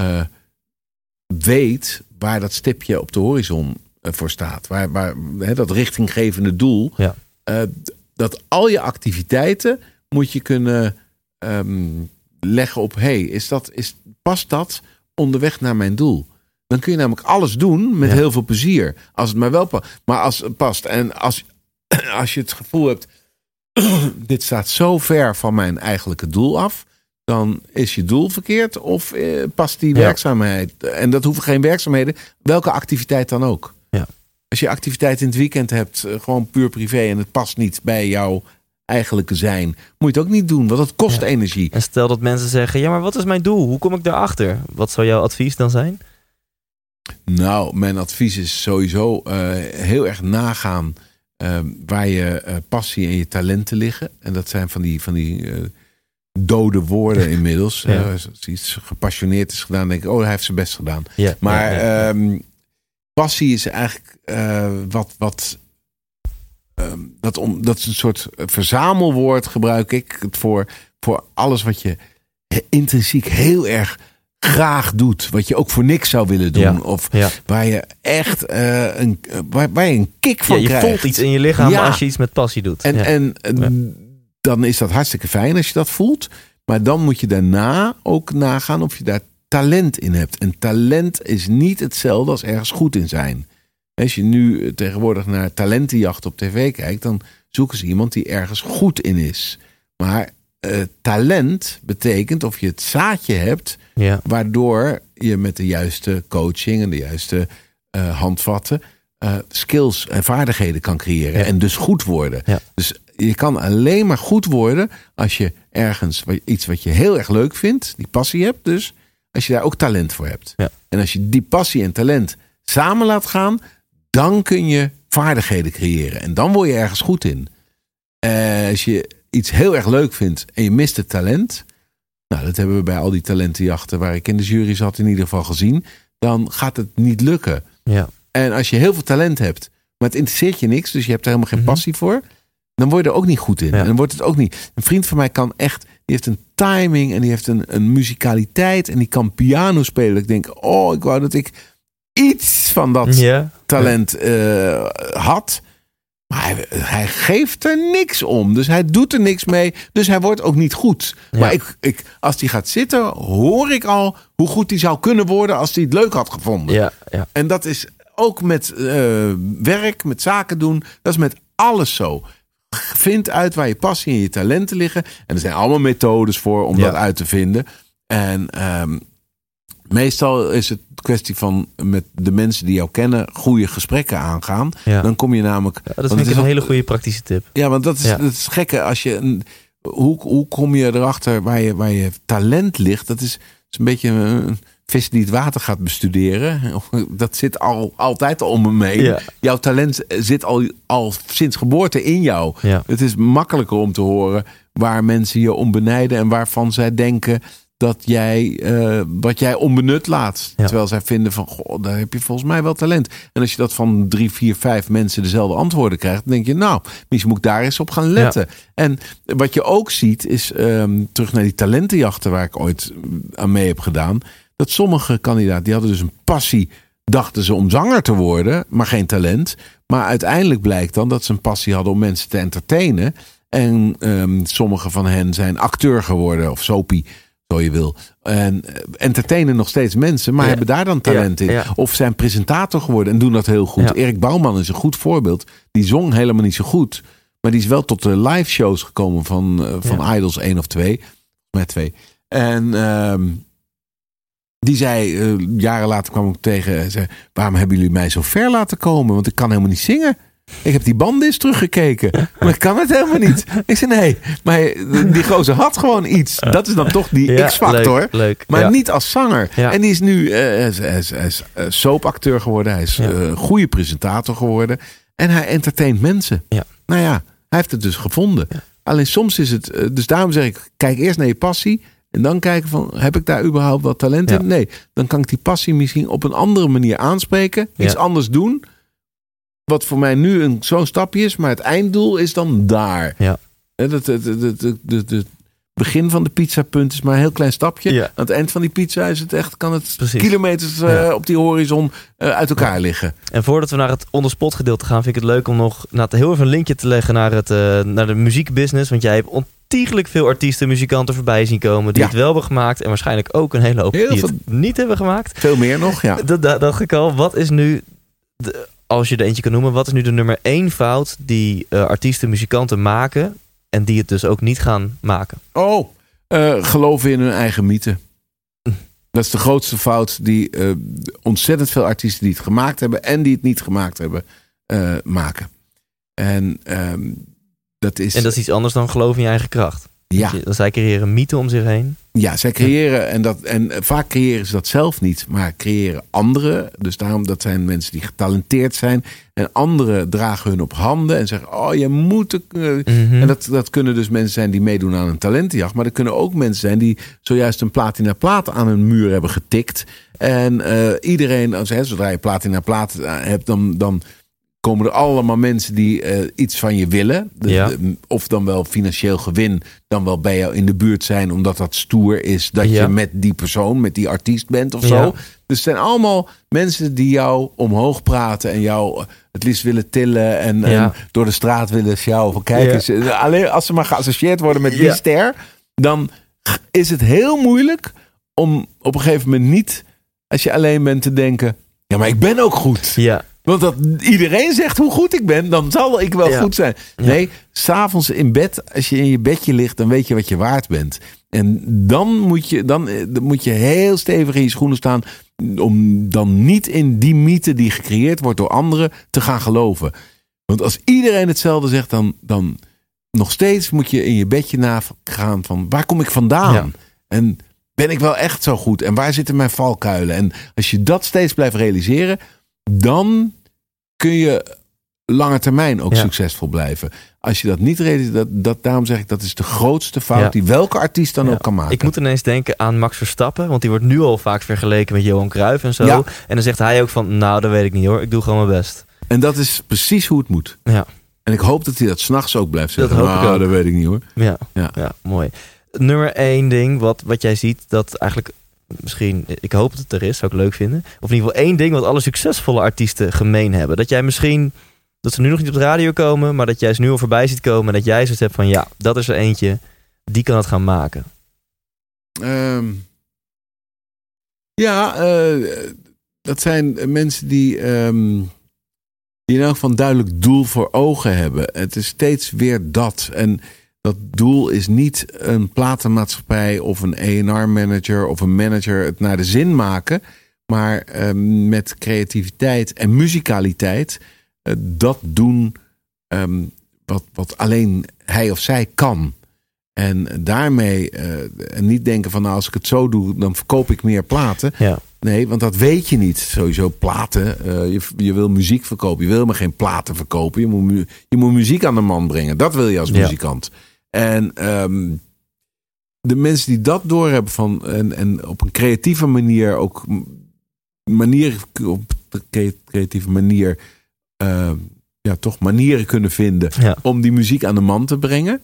B: weet waar dat stipje op de horizon voor staat. Waar dat richtinggevende doel. Ja. Dat al je activiteiten moet je kunnen leggen op... past dat onderweg naar mijn doel? Dan kun je namelijk alles doen met heel veel plezier. Als het maar wel past. Maar als het past. En als je het gevoel hebt... dit staat zo ver van mijn eigenlijke doel af... dan is je doel verkeerd of past die werkzaamheid. En dat hoeven geen werkzaamheden. Welke activiteit dan ook. Ja. Als je activiteit in het weekend hebt... gewoon puur privé en het past niet bij jouw eigenlijke zijn... moet je het ook niet doen, want het kost energie.
A: En stel dat mensen zeggen... ja, maar wat is mijn doel? Hoe kom ik daarachter? Wat zou jouw advies dan zijn?
B: Nou, mijn advies is sowieso heel erg nagaan... waar je passie en je talenten liggen. En dat zijn van die dode woorden inmiddels. Als iets gepassioneerd is gedaan, denk ik... oh, hij heeft zijn best gedaan. Ja, maar passie is eigenlijk dat is een soort verzamelwoord, gebruik ik het voor alles wat je intrinsiek heel erg graag doet. Wat je ook voor niks zou willen doen. Ja. Of waar je echt waar je een kick van krijgt.
A: Je voelt iets in je lichaam als je iets met passie doet.
B: En dan is dat hartstikke fijn als je dat voelt. Maar dan moet je daarna ook nagaan of je daar talent in hebt. En talent is niet hetzelfde als ergens goed in zijn. Als je nu tegenwoordig naar talentenjacht op tv kijkt... dan zoeken ze iemand die ergens goed in is. Maar talent betekent of je het zaadje hebt... waardoor je met de juiste coaching en de juiste handvatten... skills en vaardigheden kan creëren. En dus goed worden. Ja. Dus je kan alleen maar goed worden... als je ergens iets wat je heel erg leuk vindt... die passie hebt dus... als je daar ook talent voor hebt. Ja. En als je die passie en talent samen laat gaan... dan kun je vaardigheden creëren. En dan word je ergens goed in. Als je iets heel erg leuk vindt en je mist het talent... nou, dat hebben we bij al die talentenjachten... waar ik in de jury zat in ieder geval gezien... dan gaat het niet lukken. Ja. En als je heel veel talent hebt... maar het interesseert je niks... dus je hebt er helemaal geen passie voor... dan word je er ook niet goed in. Ja. En dan wordt het ook niet... Een vriend van mij kan echt... die heeft een timing en die heeft een muzikaliteit... en die kan piano spelen. Ik denk, oh, ik wou dat ik... iets van dat talent had. Maar hij geeft er niks om. Dus hij doet er niks mee. Dus hij wordt ook niet goed. Ja. Maar als hij gaat zitten, hoor ik al hoe goed hij zou kunnen worden als hij het leuk had gevonden. Ja, ja. En dat is ook met werk, met zaken doen. Dat is met alles zo. Vind uit waar je passie en je talenten liggen. En er zijn allemaal methodes voor om dat uit te vinden. En Meestal is het kwestie van met de mensen die jou kennen goede gesprekken aangaan.
A: Ja.
B: Dan kom je namelijk...
A: Ja, dat vind ik een hele goede praktische tip.
B: Ja, want dat is gekke. Als je hoe kom je erachter waar je talent ligt? Dat is een beetje een vis die het water gaat bestuderen. Dat zit altijd al om me mee. Ja. Jouw talent zit al sinds geboorte in jou. Ja. Het is makkelijker om te horen waar mensen je om benijden en waarvan zij denken dat jij wat jij onbenut laat. Ja. Terwijl zij vinden van, goh, daar heb je volgens mij wel talent. En als je dat van 3, 4, 5 mensen dezelfde antwoorden krijgt, dan denk je, nou, misschien moet ik daar eens op gaan letten. Ja. En wat je ook ziet is, terug naar die talentenjachten waar ik ooit aan mee heb gedaan, dat sommige kandidaten, die hadden dus een passie, dachten ze om zanger te worden, maar geen talent. Maar uiteindelijk blijkt dan dat ze een passie hadden om mensen te entertainen. En sommige van hen zijn acteur geworden of soapie, zo je wil. En entertainen nog steeds mensen, maar hebben daar dan talent in. Ja. Of zijn presentator geworden en doen dat heel goed. Ja. Erik Bouwman is een goed voorbeeld. Die zong helemaal niet zo goed, maar die is wel tot de live shows gekomen van Idols 1 of 2. Met 2. En die zei, jaren later kwam ik tegen, zei, waarom hebben jullie mij zo ver laten komen? Want ik kan helemaal niet zingen. Ik heb die banden eens teruggekeken. Maar ik kan het helemaal niet. Ik zei nee, maar die gozer had gewoon iets. Dat is dan toch die X-factor.
A: Leuk.
B: Maar niet als zanger. Ja. En die is nu hij is soapacteur geworden. Hij is goede presentator geworden. En hij entertaint mensen. Ja. Nou ja, hij heeft het dus gevonden. Ja. Alleen soms is het, dus daarom zeg ik, kijk eerst naar je passie. En dan kijken van, heb ik daar überhaupt wat talent in? Nee, dan kan ik die passie misschien op een andere manier aanspreken. Iets anders doen. Wat voor mij nu zo'n stapje is, maar het einddoel is dan daar. Ja. Het begin van de pizzapunt is maar een heel klein stapje. Ja. Aan het eind van die pizza is het echt, kan het kilometers op die horizon uit elkaar liggen. En
A: voordat we naar het on-the-spot gedeelte gaan, vind ik het leuk om nog heel even een linkje te leggen naar de muziekbusiness. Want jij hebt ontiegelijk veel artiesten, muzikanten voorbij zien komen die het wel hebben gemaakt. En waarschijnlijk ook een hele hoop die het niet hebben gemaakt.
B: Veel meer nog, ja.
A: Dat dacht ik al. Wat is nu, als je er eentje kan noemen, wat is nu de nummer 1 fout die artiesten, muzikanten maken en die het dus ook niet gaan maken?
B: Geloven in hun eigen mythe. Dat is de grootste fout die ontzettend veel artiesten die het gemaakt hebben en die het niet gemaakt hebben, maken. En dat is iets anders dan geloven in je eigen kracht. Ja. Zij creëren mythe om zich heen. Ja, zij creëren, en vaak creëren ze dat zelf niet, maar creëren anderen. Dus daarom, dat zijn mensen die getalenteerd zijn. En anderen dragen hun op handen en zeggen, je moet. En dat kunnen dus mensen zijn die meedoen aan een talentenjacht. Maar er kunnen ook mensen zijn die zojuist een platina plaat aan een muur hebben getikt. En iedereen, zodra je platina plaat hebt, dan komen er allemaal mensen die iets van je willen. Of dan wel financieel gewin, dan wel bij jou in de buurt zijn, omdat dat stoer is dat je met die persoon, met die artiest bent of zo. Dus het zijn allemaal mensen die jou omhoog praten en jou het liefst willen tillen en door de straat willen sjouwen. Van kijk eens, alleen als ze maar geassocieerd worden met die ster, dan is het heel moeilijk om op een gegeven moment niet, als je alleen bent, te denken, ja, maar ik ben ook goed. Ja. Want dat iedereen zegt hoe goed ik ben, dan zal ik wel goed zijn. Nee, 's avonds in bed, als je in je bedje ligt, dan weet je wat je waard bent. En dan moet je heel stevig in je schoenen staan om dan niet in die mythe die gecreëerd wordt door anderen te gaan geloven. Want als iedereen hetzelfde zegt, dan nog steeds moet je in je bedje nagaan van waar kom ik vandaan? Ja. En ben ik wel echt zo goed? En waar zitten mijn valkuilen? En als je dat steeds blijft realiseren, dan kun je lange termijn ook succesvol blijven. Als je dat niet realiseert, daarom zeg ik, dat is de grootste fout die welke artiest dan ook kan maken. Ik moet ineens denken aan Max Verstappen, want die wordt nu al vaak vergeleken met Johan Cruijff en zo. Ja. En dan zegt hij ook van, nou, dat weet ik niet hoor, ik doe gewoon mijn best. En dat is precies hoe het moet. Ja. En ik hoop dat hij dat 's nachts ook blijft zeggen. Dat hoop ik ook. Dat weet ik niet hoor. Ja, mooi. Nummer 1 ding wat jij ziet, dat eigenlijk misschien, ik hoop dat het er is, zou ik leuk vinden. Of in ieder geval 1 ding wat alle succesvolle artiesten gemeen hebben. Dat jij misschien, dat ze nu nog niet op de radio komen, maar dat jij ze nu al voorbij ziet komen en dat jij zoiets hebt van, dat is er eentje, die kan het gaan maken. Dat zijn mensen die in elk geval een duidelijk doel voor ogen hebben. Het is steeds weer dat. En dat doel is niet een platenmaatschappij of een A&R-manager of een manager het naar de zin maken. Maar met creativiteit en muzikaliteit dat doen wat alleen hij of zij kan. En daarmee niet denken van als ik het zo doe, dan verkoop ik meer platen.
A: Ja.
B: Nee, want dat weet je niet. Sowieso platen. Je wil muziek verkopen. Je wil maar geen platen verkopen. Je moet muziek aan de man brengen. Dat wil je als muzikant. En de mensen die dat doorhebben van en op een creatieve manier ook toch manieren kunnen vinden om die muziek aan de man te brengen.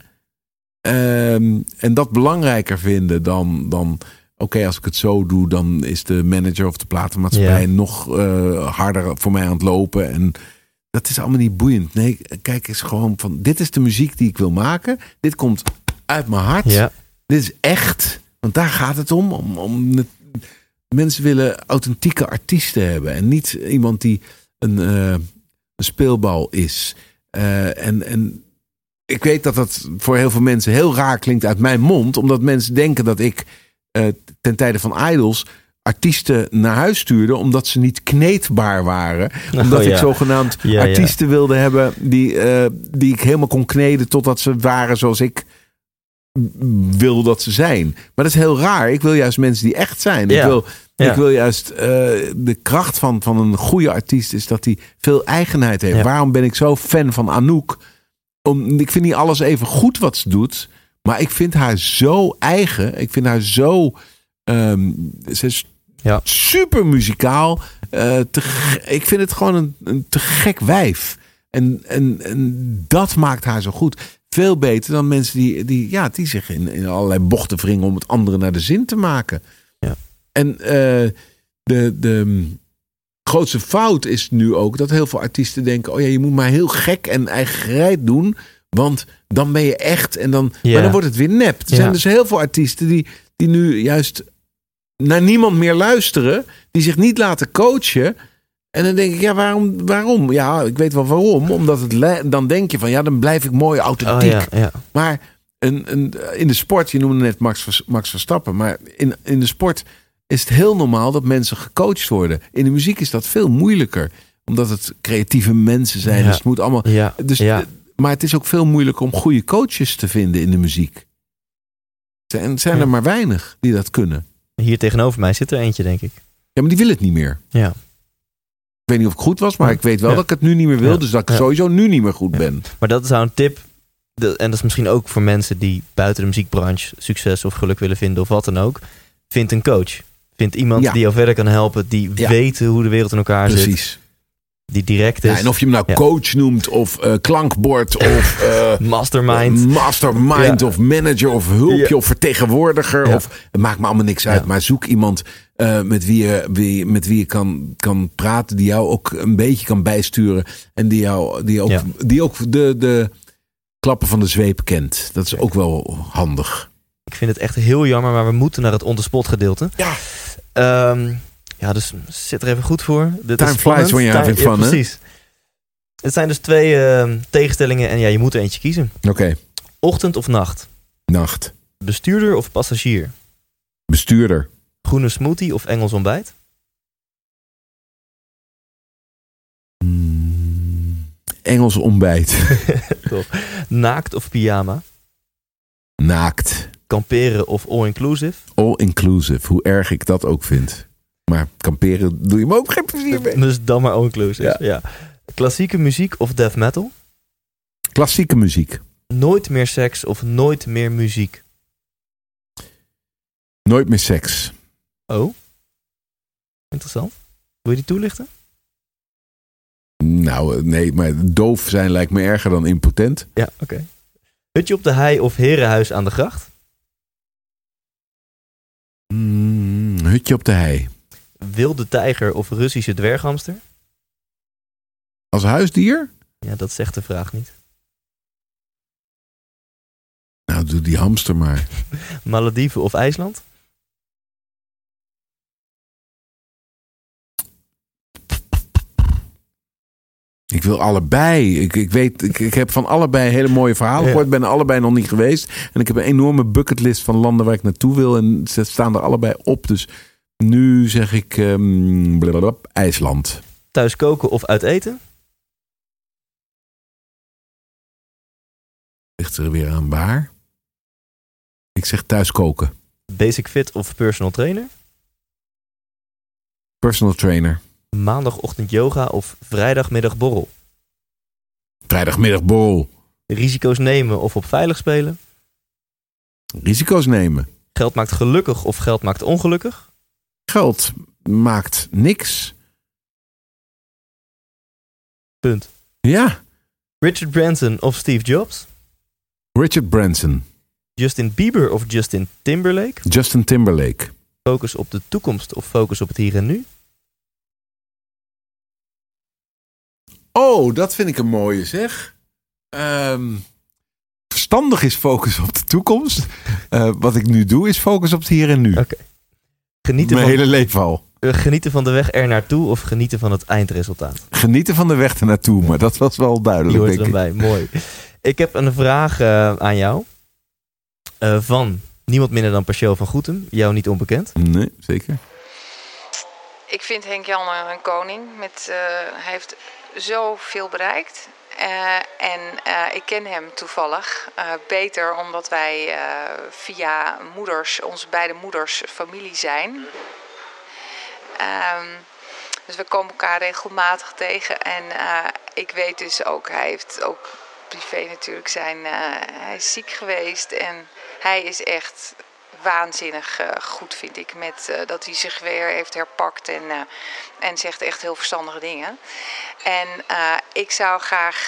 B: En dat belangrijker vinden dan oké, als ik het zo doe, dan is de manager of de platenmaatschappij nog harder voor mij aan het lopen. En dat is allemaal niet boeiend. Nee, kijk eens gewoon van, dit is de muziek die ik wil maken. Dit komt uit mijn hart. Ja. Dit is echt. Want daar gaat het om mensen willen authentieke artiesten hebben. En niet iemand die een speelbal is. En ik weet dat dat voor heel veel mensen heel raar klinkt uit mijn mond. Omdat mensen denken dat ik ten tijde van Idols artiesten naar huis stuurde omdat ze niet kneedbaar waren. Omdat ik zogenaamd artiesten wilde hebben die ik helemaal kon kneden totdat ze waren zoals ik wil dat ze zijn. Maar dat is heel raar. Ik wil juist mensen die echt zijn. Ik wil juist de kracht van een goede artiest is dat hij veel eigenheid heeft. Ja. Waarom ben ik zo fan van Anouk? Ik vind niet alles even goed wat ze doet. Maar ik vind haar zo eigen. Ik vind haar zo ze is super muzikaal. Ik vind het gewoon een te gek wijf. En dat maakt haar zo goed. Veel beter dan mensen die zich in allerlei bochten wringen om het andere naar de zin te maken. Ja. En de grootste fout is nu ook dat heel veel artiesten denken, je moet maar heel gek en eigenheid doen, want dan ben je echt en dan, maar dan wordt het weer nep. Er zijn dus heel veel artiesten die nu juist naar niemand meer luisteren, die zich niet laten coachen. En dan denk ik, waarom? Ja, ik weet wel waarom. Omdat dan denk je van, dan blijf ik mooi authentiek. Maar in de sport, je noemde net Max Verstappen. Maar in de sport is het heel normaal dat mensen gecoacht worden. In de muziek is dat veel moeilijker. Omdat het creatieve mensen zijn. Dus het moet allemaal. Maar het is ook veel moeilijker om goede coaches te vinden in de muziek. En zijn er maar weinig die dat kunnen.
A: Hier tegenover mij zit er eentje, denk ik.
B: Ja, maar die wil het niet meer.
A: Ja.
B: Ik weet niet of ik goed was, maar ik weet wel dat ik het nu niet meer wil. Ja. Dus dat ik sowieso nu niet meer goed ben.
A: Maar dat zou een tip. En dat is misschien ook voor mensen die buiten de muziekbranche succes of geluk willen vinden of wat dan ook. Vind een coach. Vind iemand die jou verder kan helpen. Die weet hoe de wereld in elkaar zit. Precies. Die direct is.
B: Ja, en of je hem nou coach noemt of klankbord of mastermind of manager of hulpje of vertegenwoordiger. Ja. Of, het maakt me allemaal niks uit. Maar zoek iemand met wie je kan praten. Die jou ook een beetje kan bijsturen. En die ook de klappen van de zweep kent. Dat is ook wel handig.
A: Ik vind het echt heel jammer. Maar we moeten naar het on the spot gedeelte. Ja. Dus zit er even goed voor.
B: Time flies when you're having fun,
A: precies. Het zijn dus 2 tegenstellingen en je moet er eentje kiezen.
B: Oké.
A: Ochtend of nacht?
B: Nacht.
A: Bestuurder of passagier?
B: Bestuurder.
A: Groene smoothie of Engels ontbijt?
B: Engels ontbijt.
A: Toch. Naakt of pyjama?
B: Naakt.
A: Kamperen of all-inclusive?
B: All-inclusive, hoe erg ik dat ook vind. Maar kamperen doe je me ook geen plezier mee.
A: Dus dan maar all-inclusive. Ja. Klassieke muziek of death metal?
B: Klassieke muziek.
A: Nooit meer seks of nooit meer muziek?
B: Nooit meer seks.
A: Oh. Interessant. Wil je die toelichten?
B: Nou, nee, maar doof zijn lijkt me erger dan impotent.
A: Ja, oké. Hutje op de hei of herenhuis aan de gracht?
B: Hutje op de hei.
A: Wilde tijger of Russische dwerghamster?
B: Als huisdier?
A: Ja, dat zegt de vraag niet.
B: Nou, doe die hamster maar.
A: Malediven of IJsland?
B: Ik wil allebei. Ik heb van allebei hele mooie verhalen gehoord. Ben er allebei nog niet geweest. En ik heb een enorme bucketlist van landen waar ik naartoe wil. En ze staan er allebei op. Dus nu zeg ik IJsland.
A: Thuis koken of uit eten?
B: Ligt er weer aan waar. Ik zeg thuis koken.
A: Basic Fit of personal trainer?
B: Personal trainer.
A: Maandagochtend yoga of vrijdagmiddag borrel?
B: Vrijdagmiddag borrel.
A: Risico's nemen of op veilig spelen?
B: Risico's nemen.
A: Geld maakt gelukkig of geld maakt ongelukkig?
B: Geld maakt niks.
A: Punt.
B: Ja.
A: Richard Branson of Steve Jobs?
B: Richard Branson.
A: Justin Bieber of Justin Timberlake?
B: Justin Timberlake.
A: Focus op de toekomst of focus op het hier en nu?
B: Oh, dat vind ik een mooie zeg. Verstandig is focus op de toekomst. Wat ik nu doe is focus op het hier en nu.
A: Okay.
B: Mijn hele leven al.
A: Genieten van de weg er naartoe of genieten van het eindresultaat?
B: Genieten van de weg er naartoe, maar dat was wel duidelijk.
A: Die hoort er dan bij, mooi. Ik heb een vraag aan jou. Van niemand minder dan Pascal van Goetem. Jou niet onbekend.
B: Nee, zeker.
D: Ik vind Henk Jan een koning. Hij heeft zoveel bereikt. Ik ken hem toevallig beter omdat wij via onze beide moeders familie zijn. Dus we komen elkaar regelmatig tegen. En ik weet dus ook, hij heeft ook privé natuurlijk hij is ziek geweest. En hij is echt waanzinnig goed, vind ik. Met dat hij zich weer heeft herpakt en zegt echt heel verstandige dingen. En ik zou graag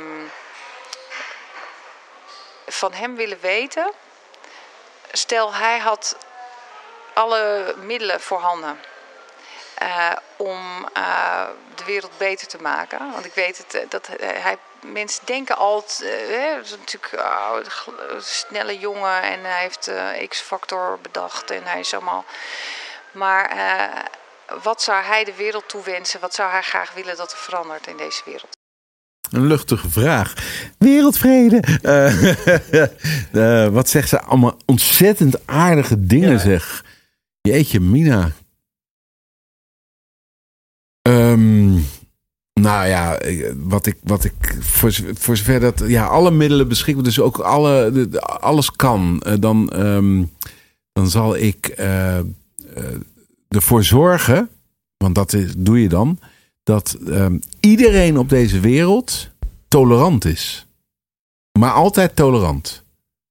D: van hem willen weten. Stel, hij had alle middelen voorhanden om de wereld beter te maken. Want ik weet dat mensen denken altijd, het is natuurlijk een snelle jongen en hij heeft X-factor bedacht en hij is allemaal. Maar wat zou hij de wereld toewensen? Wat zou hij graag willen dat er verandert in deze wereld?
B: Een luchtige vraag. Wereldvrede. Wat zegt ze? Allemaal ontzettend aardige dingen, zeg. Jeetje, Mina. Nou ja, wat ik voor zover dat alle middelen beschikbaar, dus ook alles kan, dan zal ik ervoor zorgen, want dat doe je dan, dat iedereen op deze wereld tolerant is, maar altijd tolerant.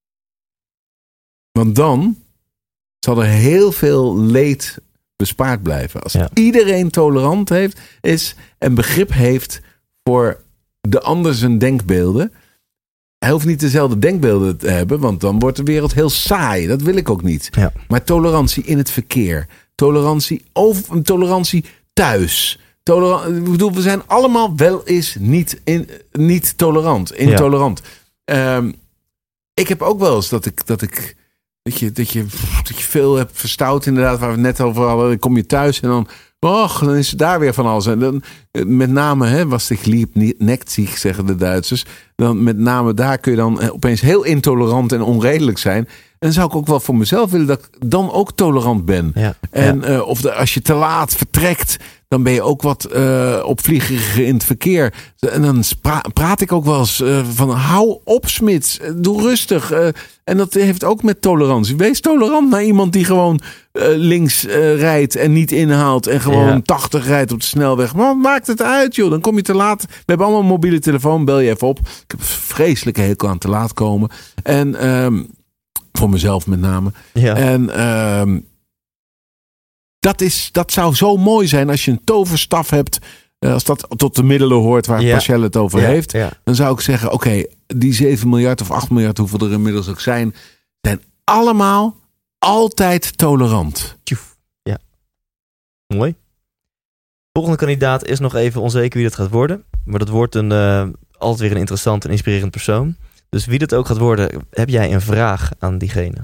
B: Want dan zal er heel veel leed bespaard blijven. Als iedereen tolerant is en begrip heeft voor de ander zijn denkbeelden. Hij hoeft niet dezelfde denkbeelden te hebben, want dan wordt de wereld heel saai. Dat wil ik ook niet. Ja. Maar tolerantie in het verkeer. Tolerantie thuis. Ik bedoel, we zijn allemaal wel eens niet tolerant. Intolerant. Ja. Ik heb ook wel eens dat je veel hebt verstout, inderdaad, waar we het net over hadden. Dan kom je thuis en dan is het daar weer van alles. En dan, met name, was de liep nekziek, zeggen de Duitsers. Dan met name daar kun je dan opeens heel intolerant en onredelijk zijn. En dan zou ik ook wel voor mezelf willen dat ik dan ook tolerant ben. Ja, en of als je te laat vertrekt, dan ben je ook wat opvliegeriger in het verkeer. En dan praat ik ook wel eens van hou op, Smits. Doe rustig. En dat heeft ook met tolerantie. Wees tolerant naar iemand die gewoon links rijdt en niet inhaalt. En gewoon 80 rijdt op de snelweg. Maar maakt het uit, joh. Dan kom je te laat. We hebben allemaal een mobiele telefoon. Bel je even op. Ik heb een vreselijke hekel aan te laat komen. En voor mezelf met name. Ja. En dat zou zo mooi zijn als je een toverstaf hebt. Als dat tot de middelen hoort waar Pascal het over heeft. Ja. Dan zou ik zeggen, oké, die 7 miljard of 8 miljard, hoeveel er inmiddels ook zijn allemaal altijd tolerant.
A: Ja. Mooi. Volgende kandidaat is nog even onzeker wie dat gaat worden. Maar dat wordt altijd weer een interessant en inspirerend persoon. Dus wie dat ook gaat worden, heb jij een vraag aan diegene?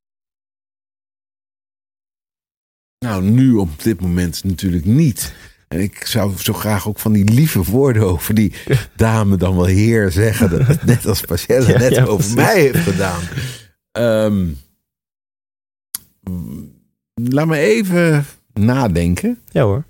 B: Nou, nu op dit moment natuurlijk niet. En ik zou zo graag ook van die lieve woorden over die dame dan wel heer zeggen. Dat het net als Paciella over mij heeft gedaan. Laat me even nadenken.
A: Ja hoor.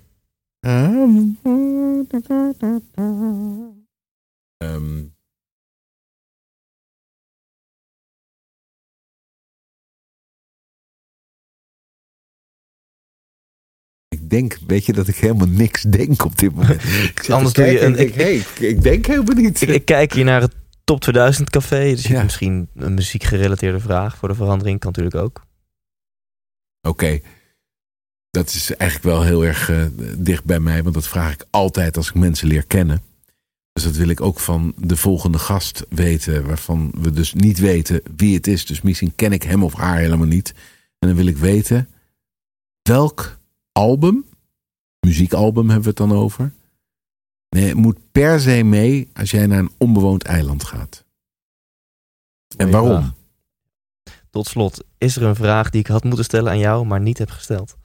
B: Ik denk, weet je, dat ik helemaal niks denk op dit moment.
A: Anders doe je
B: ik denk helemaal niet.
A: Ik kijk hier naar het Top 2000 café. Dus je hebt misschien een muziekgerelateerde vraag voor de verandering. Kan natuurlijk ook.
B: Oké. Dat is eigenlijk wel heel erg dicht bij mij. Want dat vraag ik altijd als ik mensen leer kennen. Dus dat wil ik ook van de volgende gast weten. Waarvan we dus niet weten wie het is. Dus misschien ken ik hem of haar helemaal niet. En dan wil ik weten welk album, muziekalbum hebben we het dan over. Nee, het moet per se mee als jij naar een onbewoond eiland gaat. En waarom?
A: Vraag. Tot slot, is er een vraag die ik had moeten stellen aan jou, maar niet heb gesteld?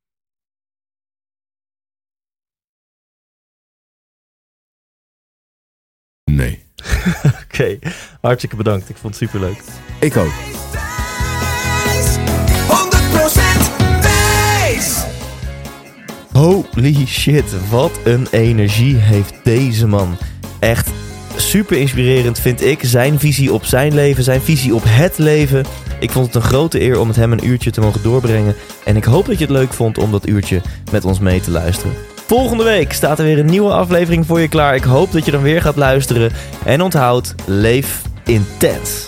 B: Nee.
A: Oké, hartstikke bedankt. Ik vond het superleuk.
B: Ik ook.
C: 100% wijs!
A: Holy shit, wat een energie heeft deze man. Echt super inspirerend vind ik. Zijn visie op zijn leven, zijn visie op het leven. Ik vond het een grote eer om met hem een uurtje te mogen doorbrengen. En ik hoop dat je het leuk vond om dat uurtje met ons mee te luisteren. Volgende week staat er weer een nieuwe aflevering voor je klaar. Ik hoop dat je dan weer gaat luisteren. En onthoud, leef intens.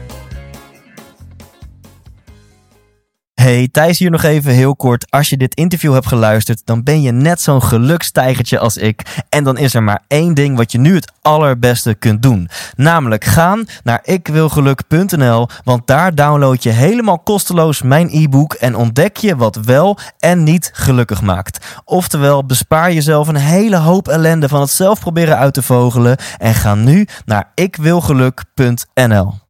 A: Hey, Thijs hier nog even heel kort. Als je dit interview hebt geluisterd, dan ben je net zo'n gelukstijgertje als ik. En dan is er maar één ding wat je nu het allerbeste kunt doen. Namelijk gaan naar ikwilgeluk.nl, want daar download je helemaal kosteloos mijn e-book en ontdek je wat wel en niet gelukkig maakt. Oftewel, bespaar jezelf een hele hoop ellende van het zelf proberen uit te vogelen en ga nu naar ikwilgeluk.nl.